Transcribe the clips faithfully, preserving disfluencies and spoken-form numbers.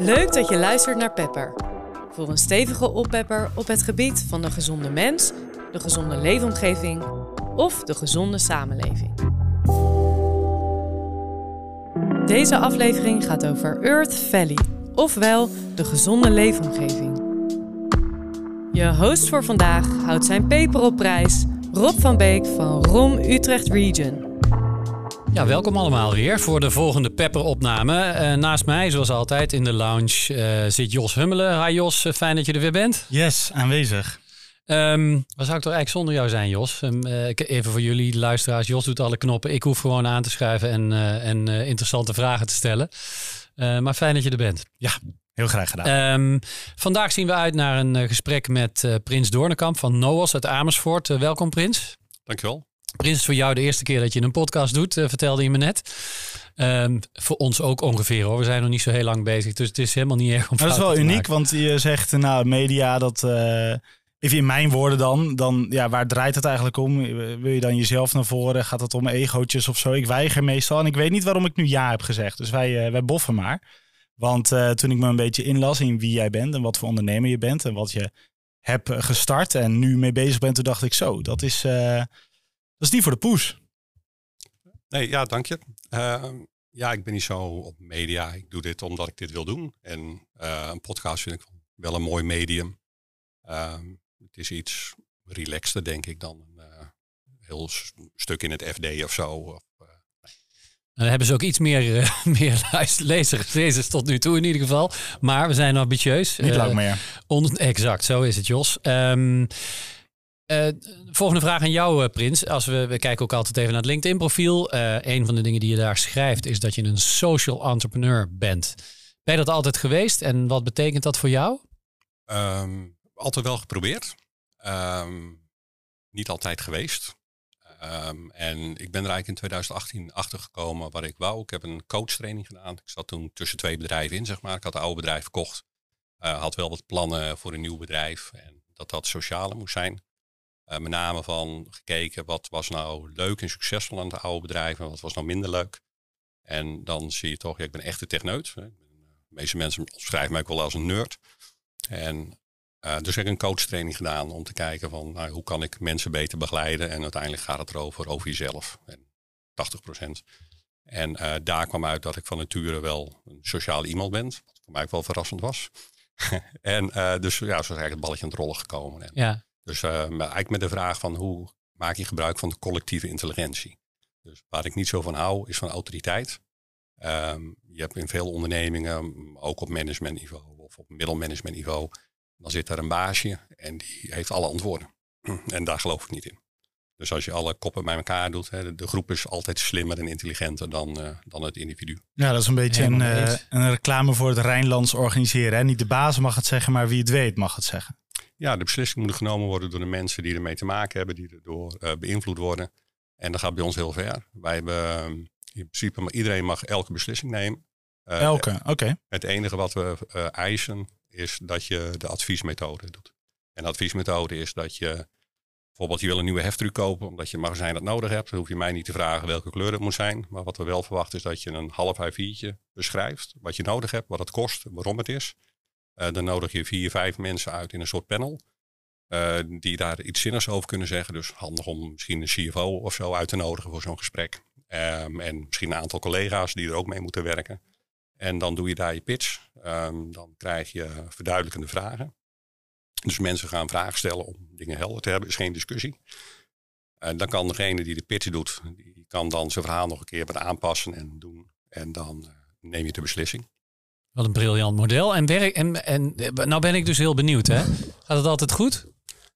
Leuk dat je luistert naar Pepper. Voor een stevige oppepper op het gebied van de gezonde mens, de gezonde leefomgeving of de gezonde samenleving. Deze aflevering gaat over Earth Valley, ofwel de gezonde leefomgeving. Je host voor vandaag houdt zijn peper op prijs, Rob van Beek van ROM Utrecht Region. Ja, welkom allemaal weer voor de volgende Pepper-opname. Uh, naast mij, zoals altijd, in de lounge uh, zit Jos Hummelen. Hi Jos, uh, fijn dat je er weer bent. Yes, aanwezig. Um, wat zou ik toch eigenlijk zonder jou zijn, Jos? Um, uh, even voor jullie, de luisteraars. Jos doet alle knoppen. Ik hoef gewoon aan te schuiven en, uh, en uh, interessante vragen te stellen. Uh, maar fijn dat je er bent. Ja, heel graag gedaan. Um, vandaag zien we uit naar een uh, gesprek met uh, Prins Doornekamp van NOAS uit Amersfoort. Uh, welkom, Prins. Dankjewel. Prins, voor jou de eerste keer dat je een podcast doet, uh, vertelde je me net. Um, voor ons ook ongeveer hoor. We zijn nog niet zo heel lang bezig, dus het is helemaal niet erg om dat is wel uniek, maken. Want je zegt, nou, media, dat, uh, even in mijn woorden dan, dan, ja, waar draait het eigenlijk om? Wil je dan jezelf naar voren? Gaat het om egootjes of zo? Ik weiger meestal en ik weet niet waarom ik nu ja heb gezegd. Dus wij, uh, wij boffen maar. Want uh, toen ik me een beetje inlas in wie jij bent en wat voor ondernemer je bent en wat je hebt gestart en nu mee bezig bent, toen dacht ik zo, dat is... Uh, Dat is niet voor de poes. Nee, ja, dank je. Uh, ja, ik ben niet zo op media. Ik doe dit omdat ik dit wil doen. En uh, een podcast vind ik wel een mooi medium. Uh, het is iets relaxter, denk ik, dan een uh, heel s- stuk in het F D of zo. Of, uh, Dan hebben ze ook iets meer, uh, meer lezers, lezers tot nu toe in ieder geval. Maar we zijn ambitieus. Niet uh, lang meer. On- exact, zo is het, Jos. Um, Uh, volgende vraag aan jou, uh, Prins. Als we, we kijken ook altijd even naar het LinkedIn-profiel. Uh, een van de dingen die je daar schrijft is dat je een social entrepreneur bent. Ben je dat altijd geweest en wat betekent dat voor jou? Um, altijd wel geprobeerd. Um, niet altijd geweest. Um, en ik ben er eigenlijk in twintig achttien achter gekomen wat ik wou. Ik heb een coachtraining gedaan. Ik zat toen tussen twee bedrijven in, zeg maar. Ik had een oude bedrijf verkocht. Uh, had wel wat plannen voor een nieuw bedrijf. En dat dat socialer moest zijn. Uh, met name van gekeken wat was nou leuk en succesvol aan het oude bedrijf en wat was nou minder leuk. En dan zie je toch, ja, ik ben echt een techneut. Hè. De meeste mensen omschrijven mij ook wel als een nerd. En uh, dus heb ik een coachtraining gedaan om te kijken van nou, hoe kan ik mensen beter begeleiden. En uiteindelijk gaat het erover over jezelf. En tachtig procent. En uh, daar kwam uit dat ik van nature wel een sociaal iemand ben. Wat voor mij ook wel verrassend was. en uh, dus ja, zo is eigenlijk het balletje aan het rollen gekomen. En, ja. Dus uh, eigenlijk met de vraag van hoe maak je gebruik van de collectieve intelligentie. Dus waar ik niet zo van hou is van autoriteit. Um, je hebt in veel ondernemingen, ook op managementniveau of op middelmanagementniveau, dan zit daar een baasje en die heeft alle antwoorden. En daar geloof ik niet in. Dus als je alle koppen bij elkaar doet, hè, de groep is altijd slimmer en intelligenter dan, uh, dan het individu. Ja, dat is een beetje een, uh, een reclame voor het Rijnlands organiseren. Hè? Niet de baas mag het zeggen, maar wie het weet mag het zeggen. Ja, de beslissingen moeten genomen worden door de mensen die ermee te maken hebben, die erdoor uh, beïnvloed worden. En dat gaat bij ons heel ver. Wij hebben uh, in principe, maar iedereen mag elke beslissing nemen. Uh, elke, oké. Okay. Het enige wat we uh, eisen is dat je de adviesmethode doet. En de adviesmethode is dat je bijvoorbeeld je wil een nieuwe heftruck kopen omdat je een magazijn dat nodig hebt. Dan hoef je mij niet te vragen welke kleur het moet zijn. Maar wat we wel verwachten is dat je een half A viertje beschrijft wat je nodig hebt, wat het kost, waarom het is. Uh, dan nodig je vier, vijf mensen uit in een soort panel. Uh, die daar iets zinnigs over kunnen zeggen. Dus handig om misschien een C F O of zo uit te nodigen voor zo'n gesprek. Um, en misschien een aantal collega's die er ook mee moeten werken. En dan doe je daar je pitch. Um, dan krijg je verduidelijkende vragen. Dus mensen gaan vragen stellen om dingen helder te hebben. Is geen discussie. Uh, dan kan degene die de pitch doet, die kan dan zijn verhaal nog een keer wat aanpassen en doen. En dan uh, neem je de beslissing. Wat een briljant model. En, werk, en, en nou ben ik dus heel benieuwd. Hè? Gaat het altijd goed?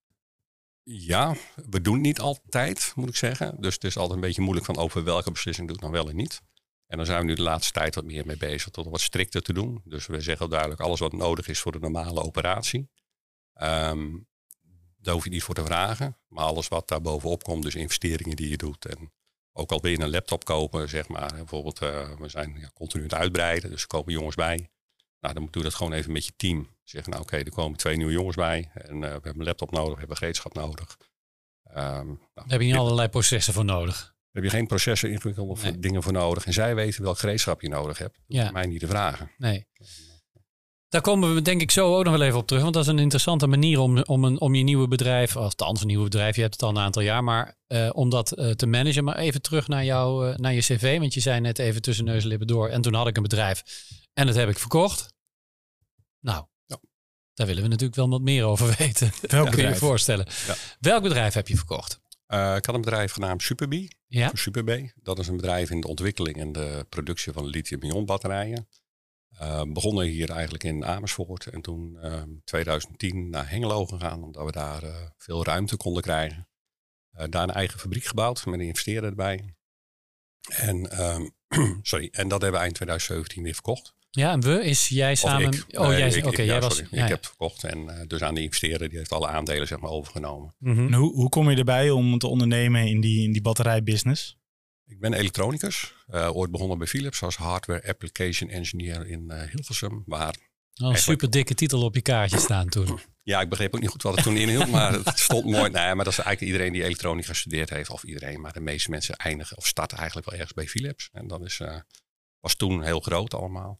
Ja, we doen het niet altijd, moet ik zeggen. Dus het is altijd een beetje moeilijk van over welke beslissing doe ik nou wel en niet. En dan zijn we nu de laatste tijd wat meer mee bezig tot wat strikter te doen. Dus we zeggen ook duidelijk alles wat nodig is voor de normale operatie. Um, daar hoef je niet voor te vragen. Maar alles wat daar bovenop komt, dus investeringen die je doet. En ook al wil je een laptop kopen, zeg maar. Bijvoorbeeld, uh, we zijn ja, continu aan het uitbreiden, dus er komen jongens bij. Nou, dan doe je dat gewoon even met je team. Zeggen, nou oké, okay, er komen twee nieuwe jongens bij. En uh, we hebben een laptop nodig, we hebben gereedschap nodig. Um, nou, Daar heb je niet allerlei processen voor nodig. Daar heb je geen processen, ingewikkelde nee. dingen voor nodig. En zij weten welk gereedschap je nodig hebt. Dat ja. is mij niet te vragen. Nee. Daar komen we denk ik zo ook nog wel even op terug. Want dat is een interessante manier om, om, een, om je nieuwe bedrijf, of althans een nieuwe bedrijf, je hebt het al een aantal jaar, maar uh, om dat uh, te managen. Maar even terug naar, jou, uh, naar je cv, want je zei net even tussen neus en lippen door. En toen had ik een bedrijf en dat heb ik verkocht. Nou, ja. Daar willen we natuurlijk wel wat meer over weten. Welk Kun je je voorstellen. Ja. Welk bedrijf heb je verkocht? Uh, ik had een bedrijf genaamd Superbee. Ja. Superbee. Dat is een bedrijf in de ontwikkeling en de productie van lithium-ion batterijen. Uh, begonnen hier eigenlijk in Amersfoort en toen in uh, twintig tien naar Hengelo gegaan, omdat we daar uh, veel ruimte konden krijgen. Uh, daar een eigen fabriek gebouwd met een investeerder erbij. En, um, sorry, en dat hebben we eind twintig zeventien weer verkocht. Ja, en we is jij samen. Ik. Oh, nee, jij. ik, Oké, okay, ja, jij was. Sorry, ja, ik ja. heb het verkocht en uh, dus aan de investeerder die heeft alle aandelen zeg maar overgenomen. Mm-hmm. En hoe, hoe kom je erbij om te ondernemen in die, in die batterijbusiness? Ik ben elektronicus. Uh, ooit begonnen bij Philips als hardware application engineer in uh, Hilversum. Waar oh, een super dikke titel op je kaartje staan toen. Ja, ik begreep ook niet goed wat het toen inhield, maar het stond mooi. Nee, maar dat is eigenlijk iedereen die elektronica gestudeerd heeft, of iedereen, maar de meeste mensen eindigen of starten eigenlijk wel ergens bij Philips. En dat is, uh, was toen heel groot allemaal.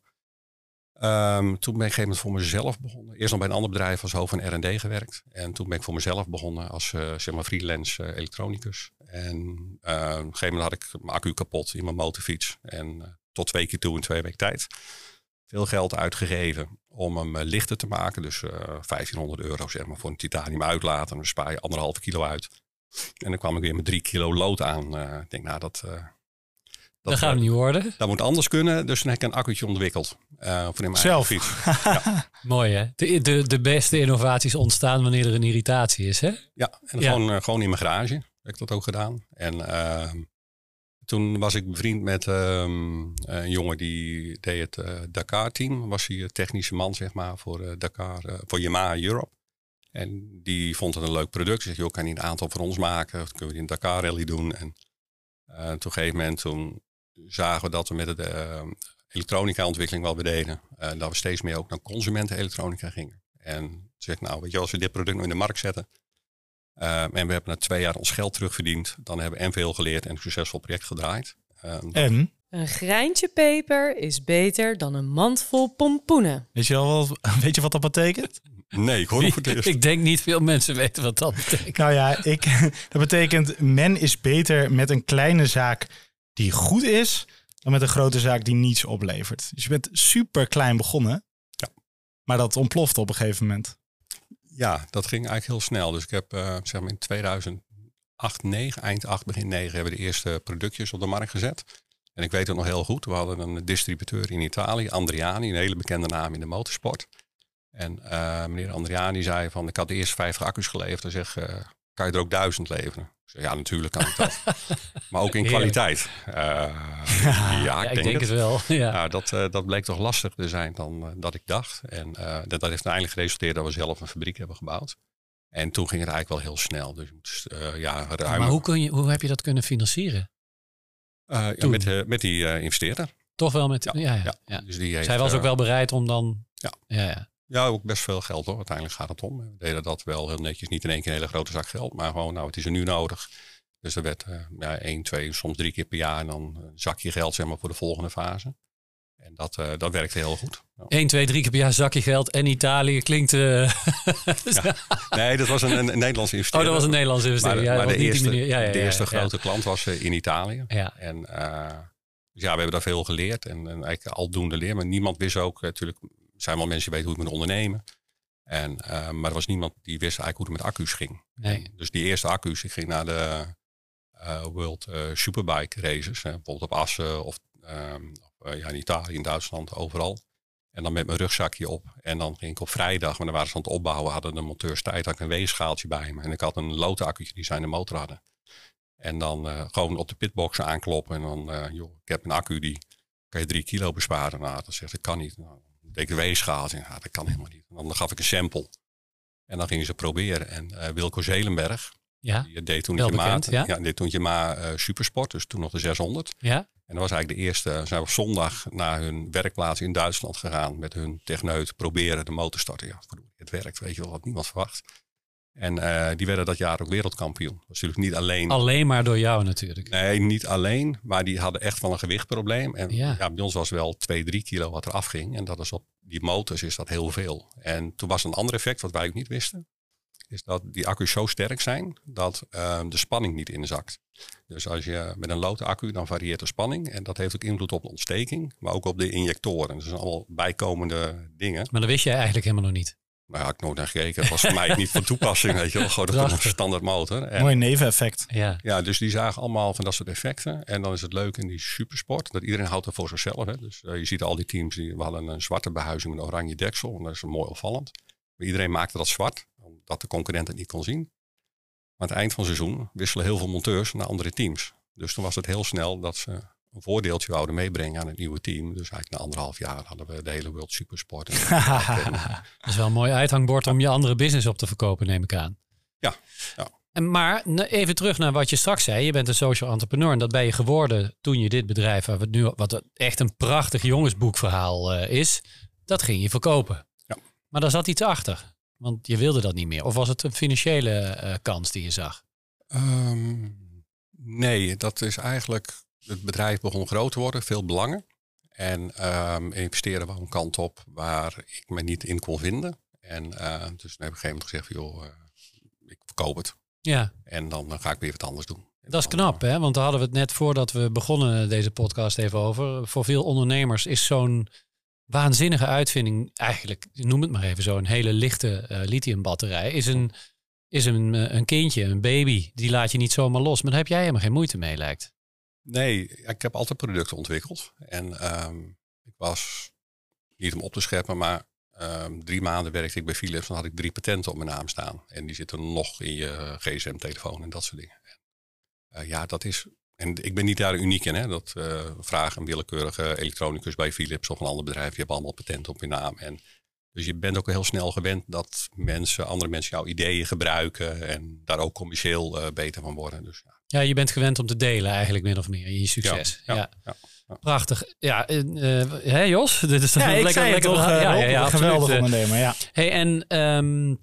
Um, toen ben ik op een gegeven moment voor mezelf begonnen. Eerst nog bij een ander bedrijf als hoofd van R en D gewerkt. En toen ben ik voor mezelf begonnen als uh, zeg maar freelance uh, elektronicus. En uh, op een gegeven moment had ik mijn accu kapot in mijn motorfiets. En uh, tot twee keer toe in twee weken tijd. Veel geld uitgegeven om hem uh, lichter te maken. Dus uh, vijftienhonderd euro zeg maar voor een titanium uitlaten. Dan spaar je anderhalve kilo uit. En dan kwam ik weer met drie kilo lood aan. Uh, ik denk nou dat... Uh, Dat, dat gaat niet worden. Dat moet anders kunnen. Dus dan heb ik een accu'tje ontwikkeld. Uh, voor in mijn Zelf. eigen fiets. Ja. Mooi hè? De, de, de beste innovaties ontstaan wanneer er een irritatie is hè? Ja, en ja. Gewoon, uh, gewoon in mijn garage heb ik dat ook gedaan. En uh, toen was ik bevriend met um, een jongen die deed het uh, Dakar team. Was hij technische man zeg maar voor uh, Dakar, uh, voor Yamaha Europe. En die vond het een leuk product. Zeg, joh, kan je een aantal voor ons maken? Of kunnen we die een Dakar rally doen? En uh, toen op een gegeven moment toen zagen we dat we met de uh, elektronica ontwikkeling wel bededen. Uh, dat we steeds meer ook naar consumenten elektronica gingen. En toen zeg ik, nou weet je, als we dit product nu in de markt zetten. Uh, en we hebben na twee jaar ons geld terugverdiend. Dan hebben we en veel geleerd en een succesvol project gedraaid. Uh, en? Een greintje peper is beter dan een mand vol pompoenen. Weet je al wat, weet je wat dat betekent? Nee, ik hoor het voor het eerst. Ik denk niet veel mensen weten wat dat betekent. Nou ja, ik, dat betekent men is beter met een kleine zaak die goed is, dan met een grote zaak die niets oplevert. Dus je bent super klein begonnen, ja. Maar dat ontploft op een gegeven moment. Ja, dat ging eigenlijk heel snel. Dus ik heb uh, zeg maar in tweeduizend acht, negen, eind acht, begin negen hebben we de eerste productjes op de markt gezet. En ik weet het nog heel goed. We hadden een distributeur in Italië, Andriani, een hele bekende naam in de motorsport. En uh, meneer Andriani zei van, ik had de eerste vijftig accu's geleverd. En zeg, uh, kan je er ook duizend leveren? Ik zei, ja, natuurlijk kan ik dat. Maar ook in Heerlijk. kwaliteit. Uh, ja, ja, ik ik denk, denk het, het wel. Ja. Nou, dat, uh, dat bleek toch lastiger te zijn dan uh, dat ik dacht. En uh, dat, dat heeft uiteindelijk geresulteerd dat we zelf een fabriek hebben gebouwd. En toen ging het eigenlijk wel heel snel. Dus je moet uh, ja, ruim. Maar hoe, kun je, hoe heb je dat kunnen financieren? Uh, ja, met, uh, met die uh, investeerder. Toch wel met... Ja, ja, ja, ja. ja. Dus die heeft, Zij was uh, ook wel bereid om dan... Ja. Ja, ja. Ja, ook best veel geld hoor. Uiteindelijk gaat het om. We deden dat wel heel netjes. Niet in één keer een hele grote zak geld. Maar gewoon, nou, het is er nu nodig. Dus er werd uh, ja, één, twee, soms drie keer per jaar. En dan een zakje geld zeg maar voor de volgende fase. En dat, uh, dat werkte heel goed. Ja. Eén, twee, drie keer per jaar zakje geld. En Italië klinkt... Uh... ja. Nee, dat was een, een, een Nederlandse investeerder. Oh, dat was een Nederlandse investeerder. Maar, ja, maar de, eerste, ja, ja, de eerste ja, ja. grote klant was uh, in Italië. Ja. En uh, dus ja, we hebben daar veel geleerd. En, en eigenlijk aldoende leer. Maar niemand wist ook, natuurlijk zijn wel mensen die weten hoe je moet ondernemen. En, uh, maar er was niemand die wist eigenlijk hoe het met accu's ging. Nee. En dus die eerste accu's, ik ging naar de uh, World uh, Superbike races. Hè, bijvoorbeeld op Assen of um, of, uh, ja, in Italië, in Duitsland, overal. En dan met mijn rugzakje op. En dan ging ik op vrijdag, maar dan waren ze aan het opbouwen, hadden de monteurs tijd, had ik een weegschaaltje bij me. En ik had een loodaccu'tje die zij in de motor hadden. En dan uh, gewoon op de pitbox aankloppen. En dan, uh, joh, ik heb een accu die kan je drie kilo besparen. Nou, dat zegt, dat kan niet. Nou, deed ik de weegschaal. Ja, dat kan helemaal niet. En dan gaf ik een sample. En dan gingen ze proberen. En uh, Wilco Zelenberg, Ja, die deed toen wel je bekend, ma, ja. ja, deed toen je ma uh, Supersport, dus toen nog de zeshonderd. ja. En dat was eigenlijk de eerste. Zijn we op zondag naar hun werkplaats in Duitsland gegaan met hun techneut proberen de motor starten. Ja, het werkt, weet je wel, wat niemand verwacht. En uh, die werden dat jaar ook wereldkampioen. Dat was natuurlijk niet alleen. Alleen maar door jou natuurlijk. Nee, niet alleen, maar die hadden echt wel een gewichtprobleem. En Ja. ja, bij ons was wel twee, drie kilo wat er afging. En dat is op die motors is dat heel veel. En toen was een ander effect wat wij ook niet wisten. Is dat die accu's zo sterk zijn dat uh, de spanning niet inzakt. Dus als je met een lote accu, dan varieert de spanning. En dat heeft ook invloed op de ontsteking, maar ook op de injectoren. Dat zijn allemaal bijkomende dingen. Maar dat wist jij eigenlijk helemaal nog niet. Nou ja, ik nooit naar gekeken. Dat was voor mij niet van toepassing. Weet je wel. Gewoon een standaard motor. En, mooi neveneffect. Ja. ja, dus die zagen allemaal van dat soort effecten. En dan is het leuk in die supersport. Dat iedereen houdt er voor zichzelf. Hè. Dus uh, je ziet al die teams. Die, we hadden een zwarte behuizing met een oranje deksel. En dat is mooi opvallend. Maar iedereen maakte dat zwart. Omdat de concurrent het niet kon zien. Maar aan het eind van het seizoen wisselen heel veel monteurs naar andere teams. Dus toen was het heel snel dat ze een voordeeltje wouden meebrengen aan het nieuwe team. Dus eigenlijk na anderhalf jaar hadden we de hele World Supersport. En dat is wel een mooi uithangbord om je andere business op te verkopen, neem ik aan. Ja. ja. En maar even terug naar wat je straks zei. Je bent een social entrepreneur en dat ben je geworden toen je dit bedrijf, wat, nu, wat echt een prachtig jongensboekverhaal uh, is, dat ging je verkopen. Ja. Maar daar zat iets achter. Want je wilde dat niet meer. Of was het een financiële uh, kans die je zag? Um, nee, dat is eigenlijk... Het bedrijf begon groot te worden, veel belangen. En um, investeren we een kant op waar ik me niet in kon vinden. En uh, dus toen heb ik op een gegeven moment gezegd, joh, uh, ik verkoop het. Ja. En dan uh, ga ik weer wat anders doen. En dat is dan, knap, uh, hè? Want daar hadden we het net voordat we begonnen deze podcast even over. Voor veel ondernemers is zo'n waanzinnige uitvinding, eigenlijk, noem het maar even zo, een hele lichte uh, lithiumbatterij, is een, is een, uh, een kindje, een baby. Die laat je niet zomaar los. Maar daar heb jij helemaal geen moeite mee, lijkt. Nee, ik heb altijd producten ontwikkeld. En um, ik was, niet om op te scheppen, maar um, drie maanden werkte ik bij Philips. Dan had ik drie patenten op mijn naam staan. En die zitten nog in je gsm, telefoon en dat soort dingen. En, uh, ja, dat is... En ik ben niet daar uniek in. Hè? Dat uh, vragen een willekeurige elektronicus bij Philips of een ander bedrijf. Je hebt allemaal patenten op je naam. En dus je bent ook heel snel gewend dat mensen, andere mensen jouw ideeën gebruiken. En daar ook commercieel uh, beter van worden. Dus, ja. Ja, je bent gewend om te delen eigenlijk min of meer in je succes. Ja, ja, ja. ja. Prachtig. Ja, uh, hé Jos? Dit is toch ja, een ik lekker, zei lekker het toch, uh, ja, ja, ja, geweldig ondernemer. Ja. Hey, en um,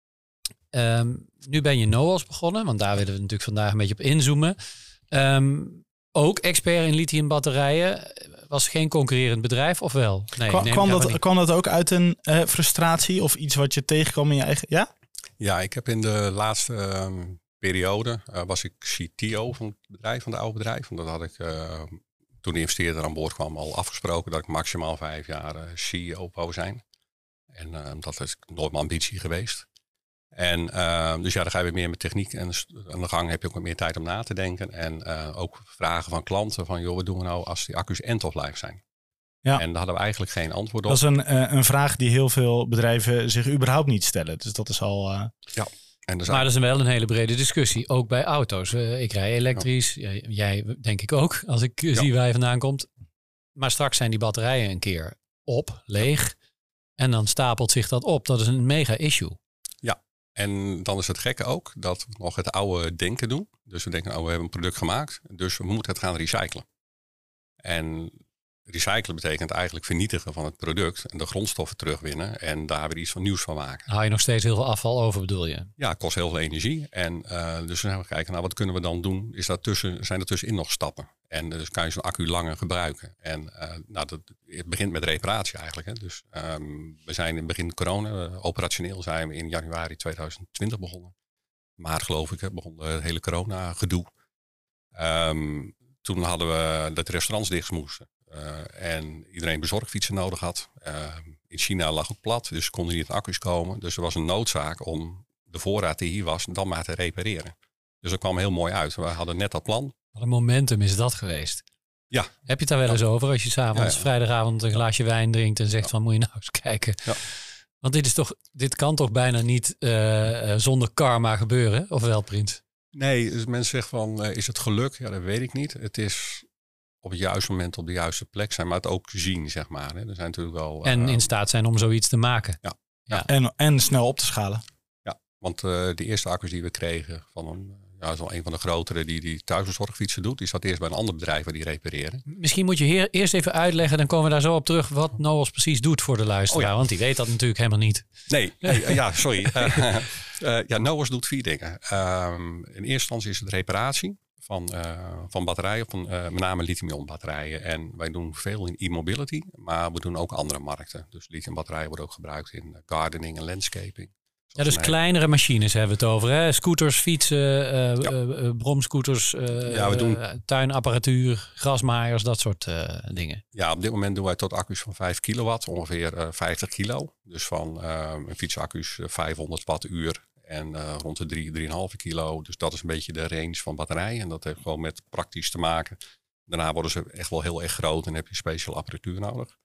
um, nu ben je Noos begonnen, want daar willen we natuurlijk vandaag een beetje op inzoomen. Um, ook expert in lithiumbatterijen. Was geen concurrerend bedrijf, of wel? Nee, Kwa, kwam, dat, kwam dat ook uit een uh, frustratie of iets wat je tegenkwam in je eigen... Ja, ja ik heb in de laatste um, periode... Uh, was ik C T O van het bedrijf, van het oude bedrijf. Want dat had ik, uh, toen de investeerder aan boord kwam, al afgesproken dat ik maximaal vijf jaar uh, C E O wou zijn. En uh, dat is nooit mijn ambitie geweest. En uh, dus ja, dan ga je weer meer met techniek en aan de gang heb je ook wat meer tijd om na te denken. En uh, ook vragen van klanten van, joh, wat doen we nou als die accu's end-of-life zijn? Ja. En daar hadden we eigenlijk geen antwoord op. Dat is een, uh, een vraag die heel veel bedrijven zich überhaupt niet stellen. Dus dat is al... Uh... Ja. En dus maar dat is wel een hele brede discussie, ook bij auto's. Uh, ik rij elektrisch, ja. jij, jij denk ik ook, als ik ja. zie waar je vandaan komt. Maar straks zijn die batterijen een keer op, leeg. En dan stapelt zich dat op. Dat is een mega issue. Ja. En dan is het gekke ook dat we nog het oude denken doen. Dus we denken, oh, we hebben een product gemaakt. Dus we moeten het gaan recyclen. En recyclen betekent eigenlijk vernietigen van het product. En de grondstoffen terugwinnen. En daar weer iets van nieuws van maken. Dan haal je nog steeds heel veel afval over, bedoel je? Ja, het kost heel veel energie. En uh, dus dan gaan we kijken, nou, wat kunnen we dan doen? Is dat tussen, zijn er tussenin nog stappen? En dus kan je zo'n accu langer gebruiken. En uh, nou, dat, het begint met reparatie eigenlijk. Hè. Dus um, we zijn in begin corona, uh, operationeel zijn we in januari tweeduizend twintig begonnen. Maar geloof ik, begon het hele corona gedoe. Um, toen hadden we dat de restaurants dicht moesten. Uh, en iedereen bezorgfietsen nodig had. Uh, in China lag het plat, dus konden niet in accu's komen. Dus er was een noodzaak om de voorraad die hier was, dan maar te repareren. Dus dat kwam heel mooi uit. We hadden net dat plan. Wat een momentum is dat geweest. Ja. Heb je het daar wel eens ja. over als je s'avonds, ja, ja. vrijdagavond een glaasje wijn drinkt en zegt ja. van moet je nou eens kijken. Ja. Want dit is toch, dit kan toch bijna niet uh, zonder karma gebeuren, of wel, Prins? Nee, dus mensen zeggen van uh, is het geluk? Ja, dat weet ik niet. Het is op het juiste moment op de juiste plek zijn, maar het ook zien, zeg maar. Hè. Er zijn natuurlijk wel, uh, en in staat zijn om zoiets te maken. Ja. ja. En, en snel op te schalen. Ja, want uh, de eerste accu's die we kregen van een, ja, is wel een van de grotere die, die thuisbezorgfietsen doet. Die zat eerst bij een ander bedrijf waar die repareren. Misschien moet je hier eerst even uitleggen, dan komen we daar zo op terug wat Noos precies doet voor de luisteraar. Oh ja. Want die weet dat natuurlijk helemaal niet. Nee, nee ja, sorry. uh, uh, ja, Noos doet vier dingen. Um, in eerste instantie is het reparatie van, uh, van batterijen, van uh, met name lithium-ion batterijen. En wij doen veel in e-mobility, maar we doen ook andere markten. Dus lithium batterijen worden ook gebruikt in gardening en landscaping. Ja, dus kleinere machines hebben we het over. Hè? Scooters, fietsen, uh, ja. uh, uh, bromscooters, uh, ja, we doen... uh, tuinapparatuur, grasmaaiers, dat soort uh, dingen. Ja, op dit moment doen wij tot accu's van vijf kilowatt, ongeveer uh, vijftig kilo. Dus van uh, een fietsaccu's uh, vijfhonderd wattuur en uh, rond de drie, drie komma vijf kilo. Dus dat is een beetje de range van batterijen. En dat heeft gewoon met praktisch te maken. Daarna worden ze echt wel heel erg groot en heb je speciale apparatuur nodig.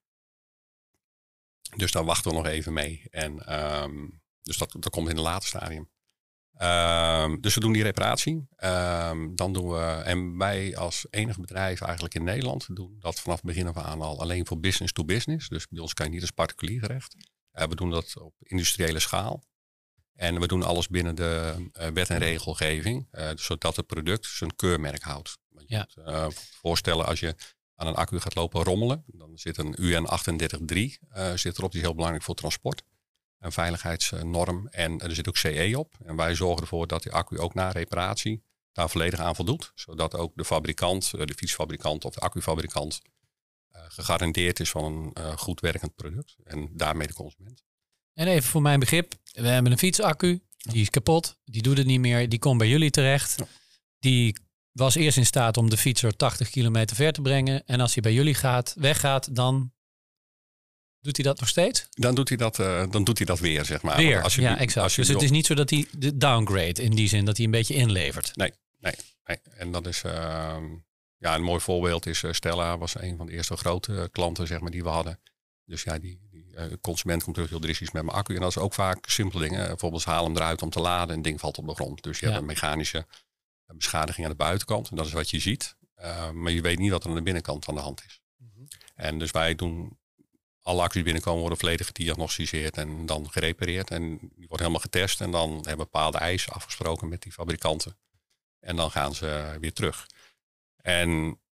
Dus daar wachten we nog even mee. En... Um, Dus dat, dat komt in een later stadium. Um, dus we doen die reparatie. Um, dan doen we, en wij als enige bedrijf eigenlijk in Nederland doen dat vanaf het begin af aan al alleen voor business to business. Dus bij ons kan je niet als particulier terecht. Uh, we doen dat op industriële schaal. En we doen alles binnen de uh, wet en regelgeving. Uh, zodat het product zijn keurmerk houdt. Want je ja. moet uh, voorstellen als je aan een accu gaat lopen rommelen. Dan zit een U N achtendertig drie uh, zit erop. Die is heel belangrijk voor transport. Een veiligheidsnorm en er zit ook C E op. En wij zorgen ervoor dat die accu ook na reparatie daar volledig aan voldoet. Zodat ook de fabrikant, de fietsfabrikant of de accufabrikant uh, gegarandeerd is van een uh, goed werkend product. En daarmee de consument. En even voor mijn begrip. We hebben een fietsaccu. Die is kapot. Die doet het niet meer. Die komt bij jullie terecht. Ja. Die was eerst in staat om de fietser tachtig kilometer ver te brengen. En als hij bij jullie gaat, weggaat, dan... Doet hij dat nog steeds? Dan doet hij dat, uh, dan doet hij dat weer, zeg maar. Weer, als je, ja, exact. Als je dus het is niet zo dat hij de downgrade in die zin, dat hij een beetje inlevert. Nee, nee, nee. En dat is, uh, ja, een mooi voorbeeld is uh, Stella was een van de eerste grote klanten, zeg maar, die we hadden. Dus ja, die, die uh, consument komt terug, heel er is iets met mijn accu. En dat is ook vaak simpele dingen. Bijvoorbeeld haal hem eruit om te laden en het ding valt op de grond. Dus je ja. hebt een mechanische beschadiging aan de buitenkant. En dat is wat je ziet. Uh, maar je weet niet wat er aan de binnenkant aan de hand is. Mm-hmm. En dus wij doen... Alle accu's die binnenkomen worden volledig gediagnosticeerd en dan gerepareerd. En die wordt helemaal getest en dan hebben bepaalde eisen afgesproken met die fabrikanten. En dan gaan ze weer terug. En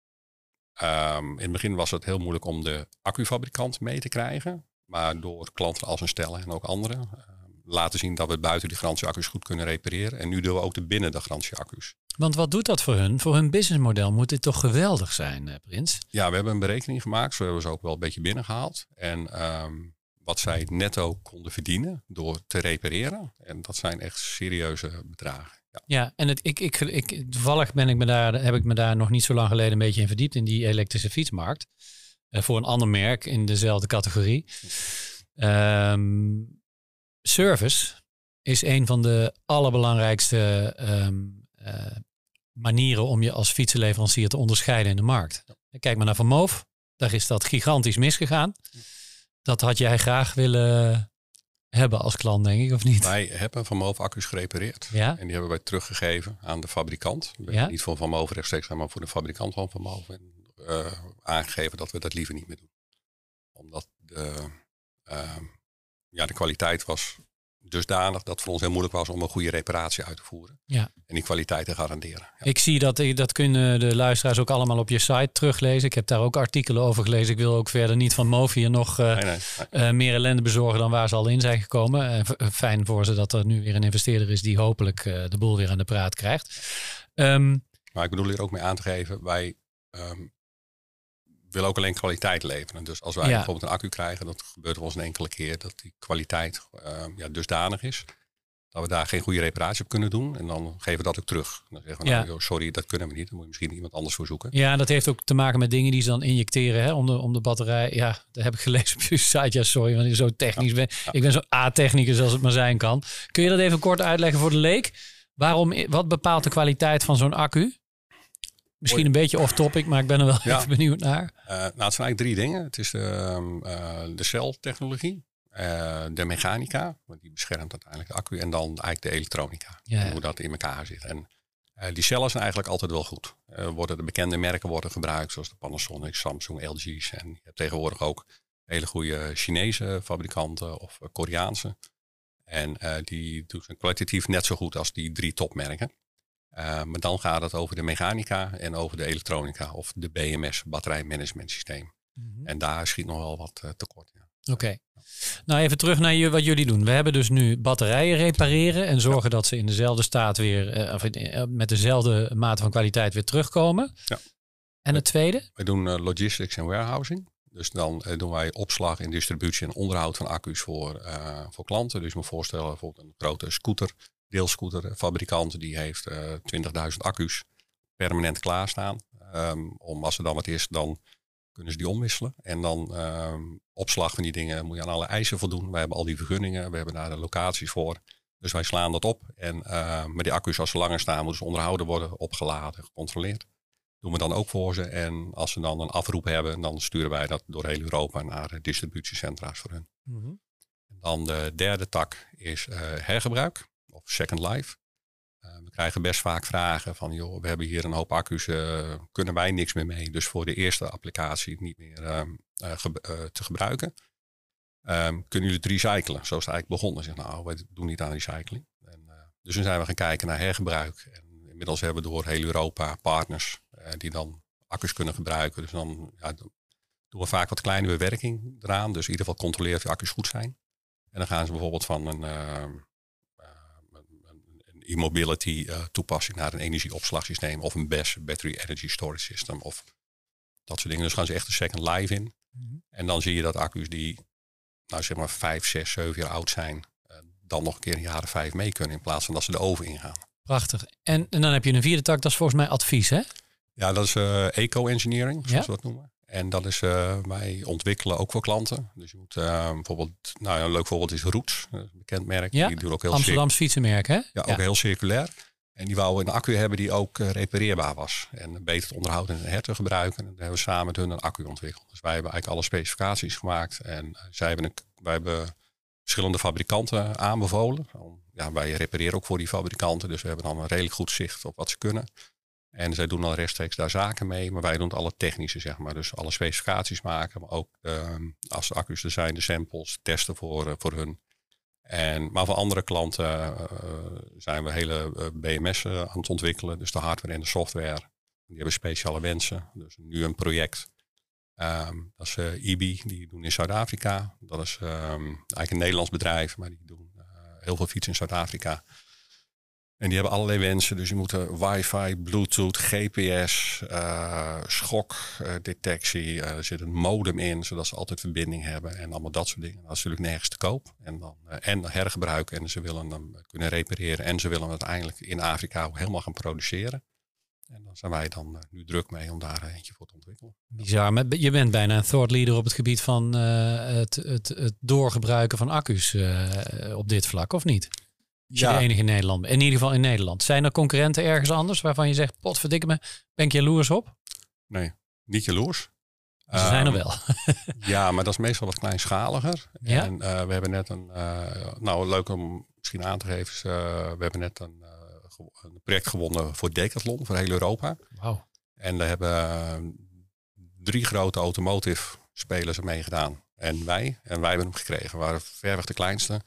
um, in het begin was het heel moeilijk om de accufabrikant mee te krijgen. Maar door klanten als een Stella en ook anderen uh, laten zien dat we buiten die garantieaccu's goed kunnen repareren. En nu doen we ook de binnen de garantieaccu's. Want wat doet dat voor hun? Voor hun businessmodel moet dit toch geweldig zijn, Prins? Ja, we hebben een berekening gemaakt. Zo hebben we ze ook wel een beetje binnengehaald. En um, wat zij netto konden verdienen door te repareren. En dat zijn echt serieuze bedragen. Ja, ja en het, ik, ik, ik, toevallig ben ik me daar, heb ik me daar nog niet zo lang geleden een beetje in verdiept. In die elektrische fietsmarkt. Uh, voor een ander merk in dezelfde categorie. Um, service is een van de allerbelangrijkste... Um, uh, manieren om je als fietsenleverancier te onderscheiden in de markt. Ja. Kijk maar naar Van Moof. Daar is dat gigantisch misgegaan. Dat had jij graag willen hebben als klant, denk ik, of niet? Wij hebben Van Moof accu's gerepareerd. Ja? En die hebben wij teruggegeven aan de fabrikant. We ja? Niet voor Van Moof rechtstreeks, maar voor de fabrikant van Van Moof. En uh, aangegeven dat we dat liever niet meer doen. Omdat de, uh, ja, de kwaliteit was... dusdanig dat het voor ons heel moeilijk was om een goede reparatie uit te voeren. Ja. En die kwaliteit te garanderen. Ja. Ik zie dat, dat kunnen de luisteraars ook allemaal op je site teruglezen. Ik heb daar ook artikelen over gelezen. Ik wil ook verder niet van Moof hier nog uh, nee, nee, nee. Uh, meer ellende bezorgen dan waar ze al in zijn gekomen. Uh, fijn voor ze dat er nu weer een investeerder is die hopelijk uh, de boel weer aan de praat krijgt. Um, maar ik bedoel hier ook mee aan te geven, wij um, willen ook alleen kwaliteit leveren. Dus als wij ja. bijvoorbeeld een accu krijgen, dat gebeurt wel eens een enkele keer, dat die kwaliteit uh, ja, dusdanig is, dat we daar geen goede reparatie op kunnen doen. En dan geven we dat ook terug. Dan zeggen we, ja. nou, joh, sorry, dat kunnen we niet. Dan moet je misschien iemand anders voor zoeken. Ja, dat heeft ook te maken met dingen die ze dan injecteren, hè, om, de, om de batterij. Ja, dat heb ik gelezen op je site. Ja, sorry, want ik zo technisch ja. ben. Ja. Ik ben zo a-technicus als het maar zijn kan. Kun je dat even kort uitleggen voor de leek? Waarom, wat bepaalt de kwaliteit van zo'n accu? Misschien een beetje off-topic, maar ik ben er wel ja. even benieuwd naar. Uh, nou, het zijn eigenlijk drie dingen. Het is de, uh, de celtechnologie, uh, de mechanica, want die beschermt uiteindelijk de accu, en dan eigenlijk de elektronica, ja, ja. hoe dat in elkaar zit. En uh, die cellen zijn eigenlijk altijd wel goed. Uh, worden de bekende merken worden gebruikt, zoals de Panasonic, Samsung, L G's. En je hebt tegenwoordig ook hele goede Chinese fabrikanten of uh, Koreaanse. En uh, die doen ze kwalitatief net zo goed als die drie topmerken. Uh, maar dan gaat het over de mechanica en over de elektronica of de B M S, batterijmanagementsysteem. Mm-hmm. En daar schiet nog wel wat uh, tekort. Ja. Oké. Okay. Nou, even terug naar je, wat jullie doen. We hebben dus nu batterijen repareren en zorgen ja. dat ze in dezelfde staat weer, uh, of in, met dezelfde mate van kwaliteit weer terugkomen. Ja. En het tweede? Wij doen uh, logistics en warehousing. Dus dan uh, doen wij opslag en distributie en onderhoud van accu's voor, uh, voor klanten. Dus je moet voorstellen, bijvoorbeeld een grote scooter, deelscooter, fabrikant, die heeft uh, twintigduizend accu's permanent klaarstaan. Um, om als er dan wat is, dan kunnen ze die omwisselen. En dan um, opslag van die dingen moet je aan alle eisen voldoen. Wij hebben al die vergunningen, we hebben daar de locaties voor. Dus wij slaan dat op. En uh, met die accu's, als ze langer staan, moeten ze onderhouden worden, opgeladen, gecontroleerd. Doen we dan ook voor ze. En als ze dan een afroep hebben, dan sturen wij dat door heel Europa naar distributiecentra's voor hun. Mm-hmm. En dan de derde tak is uh, hergebruik of second life. Uh, we krijgen best vaak vragen van, joh, we hebben hier een hoop accu's, uh, kunnen wij niks meer mee. Dus voor de eerste applicatie niet meer uh, uh, ge- uh, te gebruiken. Um, kunnen jullie het recyclen? Zo is het eigenlijk begonnen. Zeg, nou, wij doen niet aan recycling. En, uh, dus toen zijn we gaan kijken naar hergebruik. En inmiddels hebben we door heel Europa partners uh, die dan accu's kunnen gebruiken. Dus dan ja, doen we vaak wat kleine bewerking eraan. Dus in ieder geval controleren of de accu's goed zijn. En dan gaan ze bijvoorbeeld van een... Uh, e-mobility uh, toepassing naar een energieopslagsysteem of een B E S, Battery Energy Storage System of dat soort dingen. Dus gaan ze echt een second life in. Mm-hmm. En dan zie je dat accu's die nou zeg maar vijf, zes, zeven jaar oud zijn, uh, dan nog een keer een jaren vijf mee kunnen in plaats van dat ze de oven ingaan. Prachtig. En, en dan heb je een vierde tak, dat is volgens mij advies, hè? Ja, dat is uh, eco-engineering, zoals ja? we dat noemen. En dat is, uh, wij ontwikkelen ook voor klanten. Dus je moet uh, bijvoorbeeld, nou een leuk voorbeeld is Roots, een bekend merk. Ja, die doen ook heel Amsterdams cir- fietsenmerk, hè? Ja, ook ja. heel circulair. En die wouden een accu hebben die ook uh, repareerbaar was. En beter te onderhouden en her te gebruiken. En dan hebben we samen met hun een accu ontwikkeld. Dus wij hebben eigenlijk alle specificaties gemaakt. En uh, zij hebben een, wij hebben verschillende fabrikanten aanbevolen. Ja, wij repareren ook voor die fabrikanten. Dus we hebben dan een redelijk goed zicht op wat ze kunnen. En zij doen dan rechtstreeks daar zaken mee. Maar wij doen het alle technische, zeg maar. Dus alle specificaties maken. Maar ook uh, als de accu's er zijn, de samples testen voor, uh, voor hun. En, maar voor andere klanten uh, zijn we hele uh, B M S'en aan het ontwikkelen. Dus de hardware en de software. Die hebben speciale wensen. Dus nu een project. Um, dat is uh, I B I. Die doen in Zuid-Afrika. Dat is um, eigenlijk een Nederlands bedrijf. Maar die doen uh, heel veel fietsen in Zuid-Afrika. En die hebben allerlei wensen. Dus je moet uh, wifi, bluetooth, G P S, uh, schokdetectie. Uh, er zit een modem in, zodat ze altijd verbinding hebben. En allemaal dat soort dingen. Dat is natuurlijk nergens te koop. En dan uh, en hergebruiken. En ze willen hem kunnen repareren. En ze willen hem uiteindelijk in Afrika ook helemaal gaan produceren. En dan zijn wij dan uh, nu druk mee om daar eentje voor te ontwikkelen. Bizar. Maar je bent bijna een thought leader op het gebied van uh, het, het, het doorgebruiken van accu's uh, op dit vlak, of niet? Als je ja. de enige in Nederland, in ieder geval in Nederland. Zijn er concurrenten ergens anders waarvan je zegt, potverdikke me, ben ik jaloers op? Nee, niet jaloers. Ze um, zijn er wel. Ja, maar dat is meestal wat kleinschaliger. Ja? En uh, we hebben net een, uh, nou leuk om misschien aan te geven, is, uh, we hebben net een, uh, een project gewonnen voor Decathlon, voor heel Europa. Wow. En we hebben uh, drie grote automotive spelers er mee gedaan. En wij, en wij hebben hem gekregen. We waren verreweg de kleinste.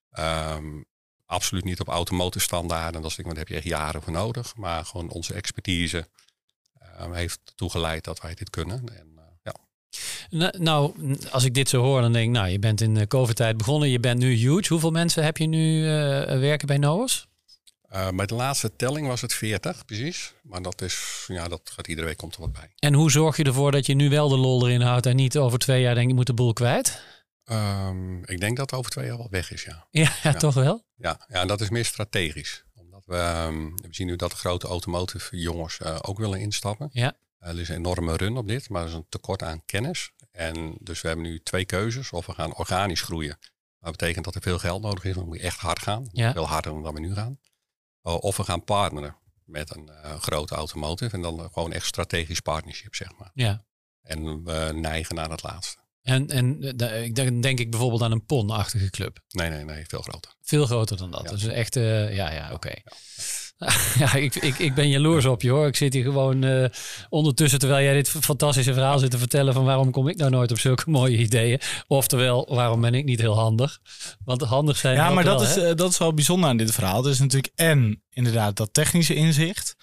Um, Absoluut niet op automotive standaarden. Dat is, daar heb je echt jaren voor nodig. Maar gewoon onze expertise uh, heeft ertoe geleid dat wij dit kunnen. En, uh, ja. Nou, nou, als ik dit zo hoor, dan denk ik, nou, je bent in de COVID-tijd begonnen. Je bent nu huge. Hoeveel mensen heb je nu uh, werken bij Noos? Uh, bij de laatste telling was het veertig, precies. Maar dat is, ja, dat gaat iedere week komt er wat bij. En hoe zorg je ervoor dat je nu wel de lol erin houdt en niet over twee jaar denk ik moet de boel kwijt? Um, ik denk dat het over twee jaar wel weg is, ja. Ja, ja, ja. Toch wel? Ja, ja, dat is meer strategisch. Omdat we, um, we zien nu dat de grote automotive jongens uh, ook willen instappen. Ja. Uh, er is een enorme run op dit, maar er is een tekort aan kennis. En dus we hebben nu twee keuzes. Of we gaan organisch groeien. Dat betekent dat er veel geld nodig is, dan moet je echt hard gaan. Ja. Veel harder dan we nu gaan. Uh, of we gaan partneren met een uh, grote automotive. En dan uh, gewoon echt strategisch partnership, zeg maar. Ja. En we neigen naar het laatste. En, en de, dan denk ik bijvoorbeeld aan een P O N-achtige club. Nee, nee, nee, veel groter. Veel groter dan dat. Ja. Dus echt, uh, ja, ja, oké. Okay. Ja. ja, ik, ik, ik ben jaloers op je hoor. Ik zit hier gewoon uh, ondertussen, terwijl jij dit fantastische verhaal zit te vertellen van waarom kom ik nou nooit op zulke mooie ideeën. Oftewel, waarom ben ik niet heel handig? Want handig zijn. Ja, maar wel, dat, is, uh, dat is wel bijzonder aan dit verhaal. Het is natuurlijk en inderdaad dat technische inzicht.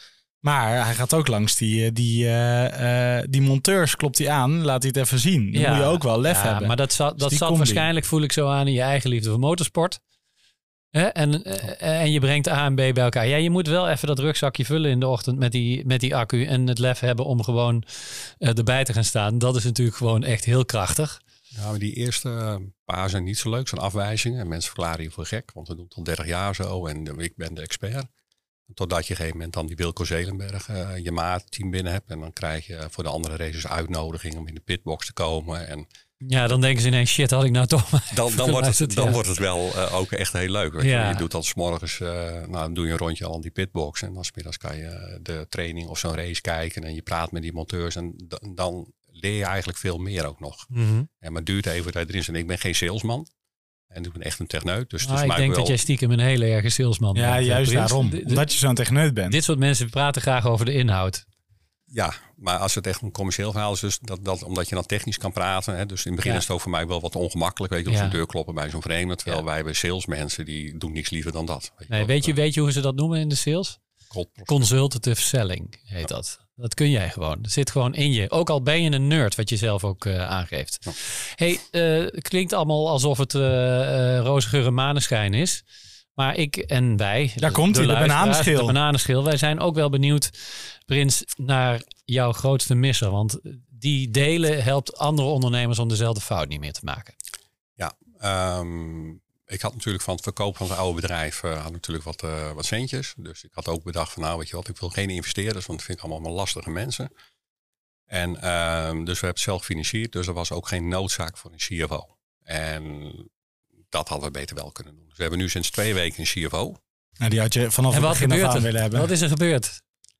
Maar hij gaat ook langs die, die, uh, uh, die monteurs, klopt hij aan, laat hij het even zien. Dan ja, moet je ook wel lef ja, hebben. Maar dat zat, dat dus zat waarschijnlijk, voel ik zo aan, in je eigen liefde voor motorsport. Hè? En, uh, en je brengt A en B bij elkaar. Ja, je moet wel even dat rugzakje vullen in de ochtend met die, met die accu. En het lef hebben om gewoon uh, erbij te gaan staan. Dat is natuurlijk gewoon echt heel krachtig. Ja, maar die eerste paar zijn niet zo leuk. Zo'n afwijzingen. En mensen verklaren je voor gek. Want we doen het al dertig jaar zo. En ik ben de expert. Totdat je op een gegeven moment dan die Wilco Zelenberg uh, je maatteam binnen hebt. En dan krijg je voor de andere races uitnodiging om in de pitbox te komen. En ja, dan denken ze ineens, shit, had ik nou toch maar Dan, dan, wordt, het, dan ja. wordt het wel uh, ook echt heel leuk. Weet ja. je. je doet dan 's morgens, uh, nou, dan doe je een rondje al in die pitbox. En dan 's middags kan je de training of zo'n race kijken. En je praat met die monteurs. En d- dan leer je eigenlijk veel meer ook nog. Mm-hmm. Ja, maar het duurt even dat erin zit. Ik ben geen salesman. En ik ben echt een techneut. Dus, ah, dus ik denk wel... dat jij stiekem een hele erge salesman ja, bent. Ja, juist Prins. daarom. De, de, omdat je zo'n techneut bent. Dit soort mensen praten graag over de inhoud. Ja, maar als het echt een commercieel verhaal is, dus dat, dat, omdat je dan technisch kan praten. Hè, dus in het begin ja. is het ook voor mij wel wat ongemakkelijk. Weet je, op ja. zo'n deur kloppen bij zo'n vreemde. Terwijl ja. wij hebben salesmensen, die doen niks liever dan dat. Weet je, nee, wat, weet, je, uh, weet je hoe ze dat noemen in de sales? Consultative selling heet ja. dat. Dat kun jij gewoon. Dat zit gewoon in je. Ook al ben je een nerd, wat je zelf ook uh, aangeeft. Ja. Hey, uh, klinkt allemaal alsof het uh, uh, roze geur en maneschijn is. Maar ik en wij... Daar de, komt hij, de, de bananenschil. De bananenschil. Wij zijn ook wel benieuwd, Prins, naar jouw grootste misser. Want die delen helpt andere ondernemers om dezelfde fout niet meer te maken. Ja, um, ik had natuurlijk van het verkoop van het oude bedrijf uh, had natuurlijk wat, uh, wat centjes. Dus ik had ook bedacht van nou weet je wat, ik wil geen investeerders. Want dat vind ik allemaal maar lastige mensen. En um, dus we hebben het zelf gefinancierd. Dus er was ook geen noodzaak voor een C F O. En dat hadden we beter wel kunnen doen. Dus we hebben nu sinds twee weken een C F O. Nou, die had je vanaf het begin af aan willen hebben. Wat is er gebeurd?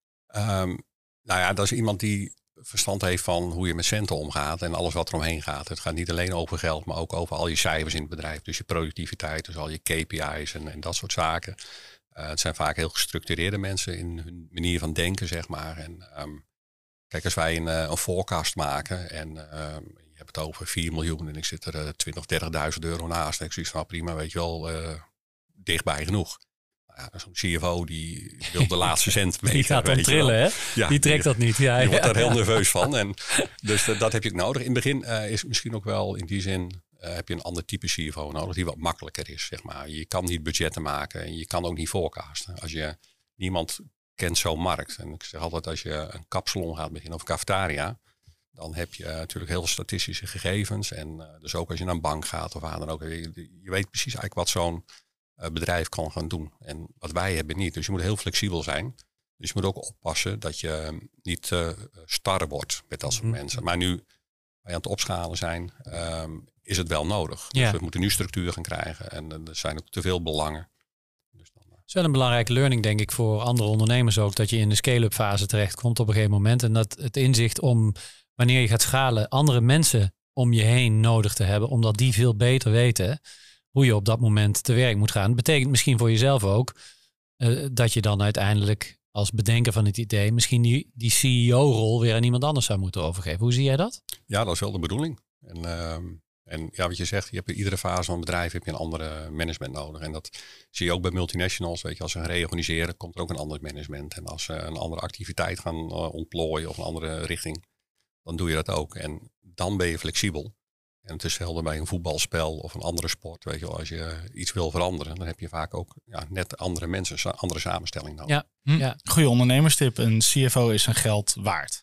Um, nou ja, dat is iemand die verstand heeft van hoe je met centen omgaat en alles wat er omheen gaat. Het gaat niet alleen over geld, maar ook over al je cijfers in het bedrijf. Dus je productiviteit, dus al je K P I's en, en dat soort zaken. Uh, het zijn vaak heel gestructureerde mensen in hun manier van denken, zeg maar. En um, kijk, als wij een, een forecast maken en uh, je hebt het over vier miljoen en ik zit er uh, twintig, dertigduizend euro naast. En ik zie van prima, weet je wel, uh, dichtbij genoeg. Ja, zo'n C F O die wil de laatste cent weten. Die gaat dan trillen, hè? Ja, die trekt die, dat niet. Ja, die ja. wordt daar heel nerveus van. En dus uh, dat heb je ook nodig. In het begin uh, is het misschien ook wel in die zin... Uh, heb je een ander type C F O nodig die wat makkelijker is, zeg maar. Je kan niet budgetten maken en je kan ook niet forecasten. Als je niemand kent zo'n markt. En ik zeg altijd, als je een kapsalon gaat beginnen of een cafetaria... dan heb je uh, natuurlijk heel veel statistische gegevens. En uh, dus ook als je naar een bank gaat of waar dan ook. Je, je weet precies eigenlijk wat zo'n uh, bedrijf kan gaan doen. En wat wij hebben niet. Dus je moet heel flexibel zijn. Dus je moet ook oppassen dat je niet uh, star wordt met dat soort mm-hmm. mensen. Maar nu wij aan het opschalen zijn, um, is het wel nodig. Ja. Dus we moeten nu structuur gaan krijgen. En uh, er zijn ook te veel belangen. Dus dan, uh... Het is wel een belangrijke learning, denk ik, voor andere ondernemers ook. Dat je in de scale-up fase terechtkomt op een gegeven moment. En dat het inzicht om, wanneer je gaat schalen, andere mensen om je heen nodig te hebben. Omdat die veel beter weten hoe je op dat moment te werk moet gaan. Dat betekent misschien voor jezelf ook uh, dat je dan uiteindelijk als bedenker van het idee misschien die, die C E O-rol weer aan iemand anders zou moeten overgeven. Hoe zie jij dat? Ja, dat is wel de bedoeling. En, uh, en ja, wat je zegt, je hebt in iedere fase van een bedrijf heb je een andere management nodig. En dat zie je ook bij multinationals. Weet je, als ze gaan reorganiseren, komt er ook een ander management. En als ze een andere activiteit gaan uh, ontplooien of een andere richting, dan doe je dat ook. En dan ben je flexibel. En het is helder bij een voetbalspel of een andere sport. Weet je wel, als je iets wil veranderen, dan heb je vaak ook ja, net andere mensen, andere samenstelling nodig. Ja, hm. ja. Goeie ondernemerstip. Een C F O is zijn geld waard.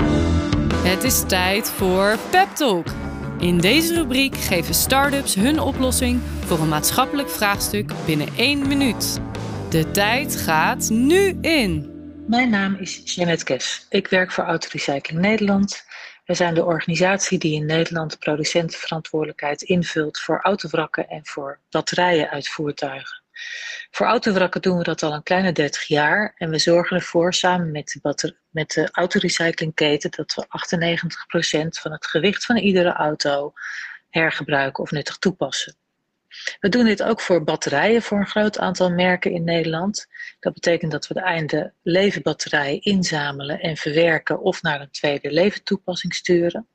Het is tijd voor Pep Talk. In deze rubriek geven start-ups hun oplossing voor een maatschappelijk vraagstuk binnen één minuut. De tijd gaat nu in. Mijn naam is Jeannette Kes. Ik werk voor Autorecycling Nederland. We zijn de organisatie die in Nederland de producentenverantwoordelijkheid invult voor autowrakken en voor batterijen uit voertuigen. Voor autowrakken doen we dat al een kleine dertig jaar en we zorgen ervoor samen met de, batter- met de autorecyclingketen dat we achtennegentig procent van het gewicht van iedere auto hergebruiken of nuttig toepassen. We doen dit ook voor batterijen voor een groot aantal merken in Nederland. Dat betekent dat we de einde leven batterijen inzamelen en verwerken of naar een tweede leven toepassing sturen.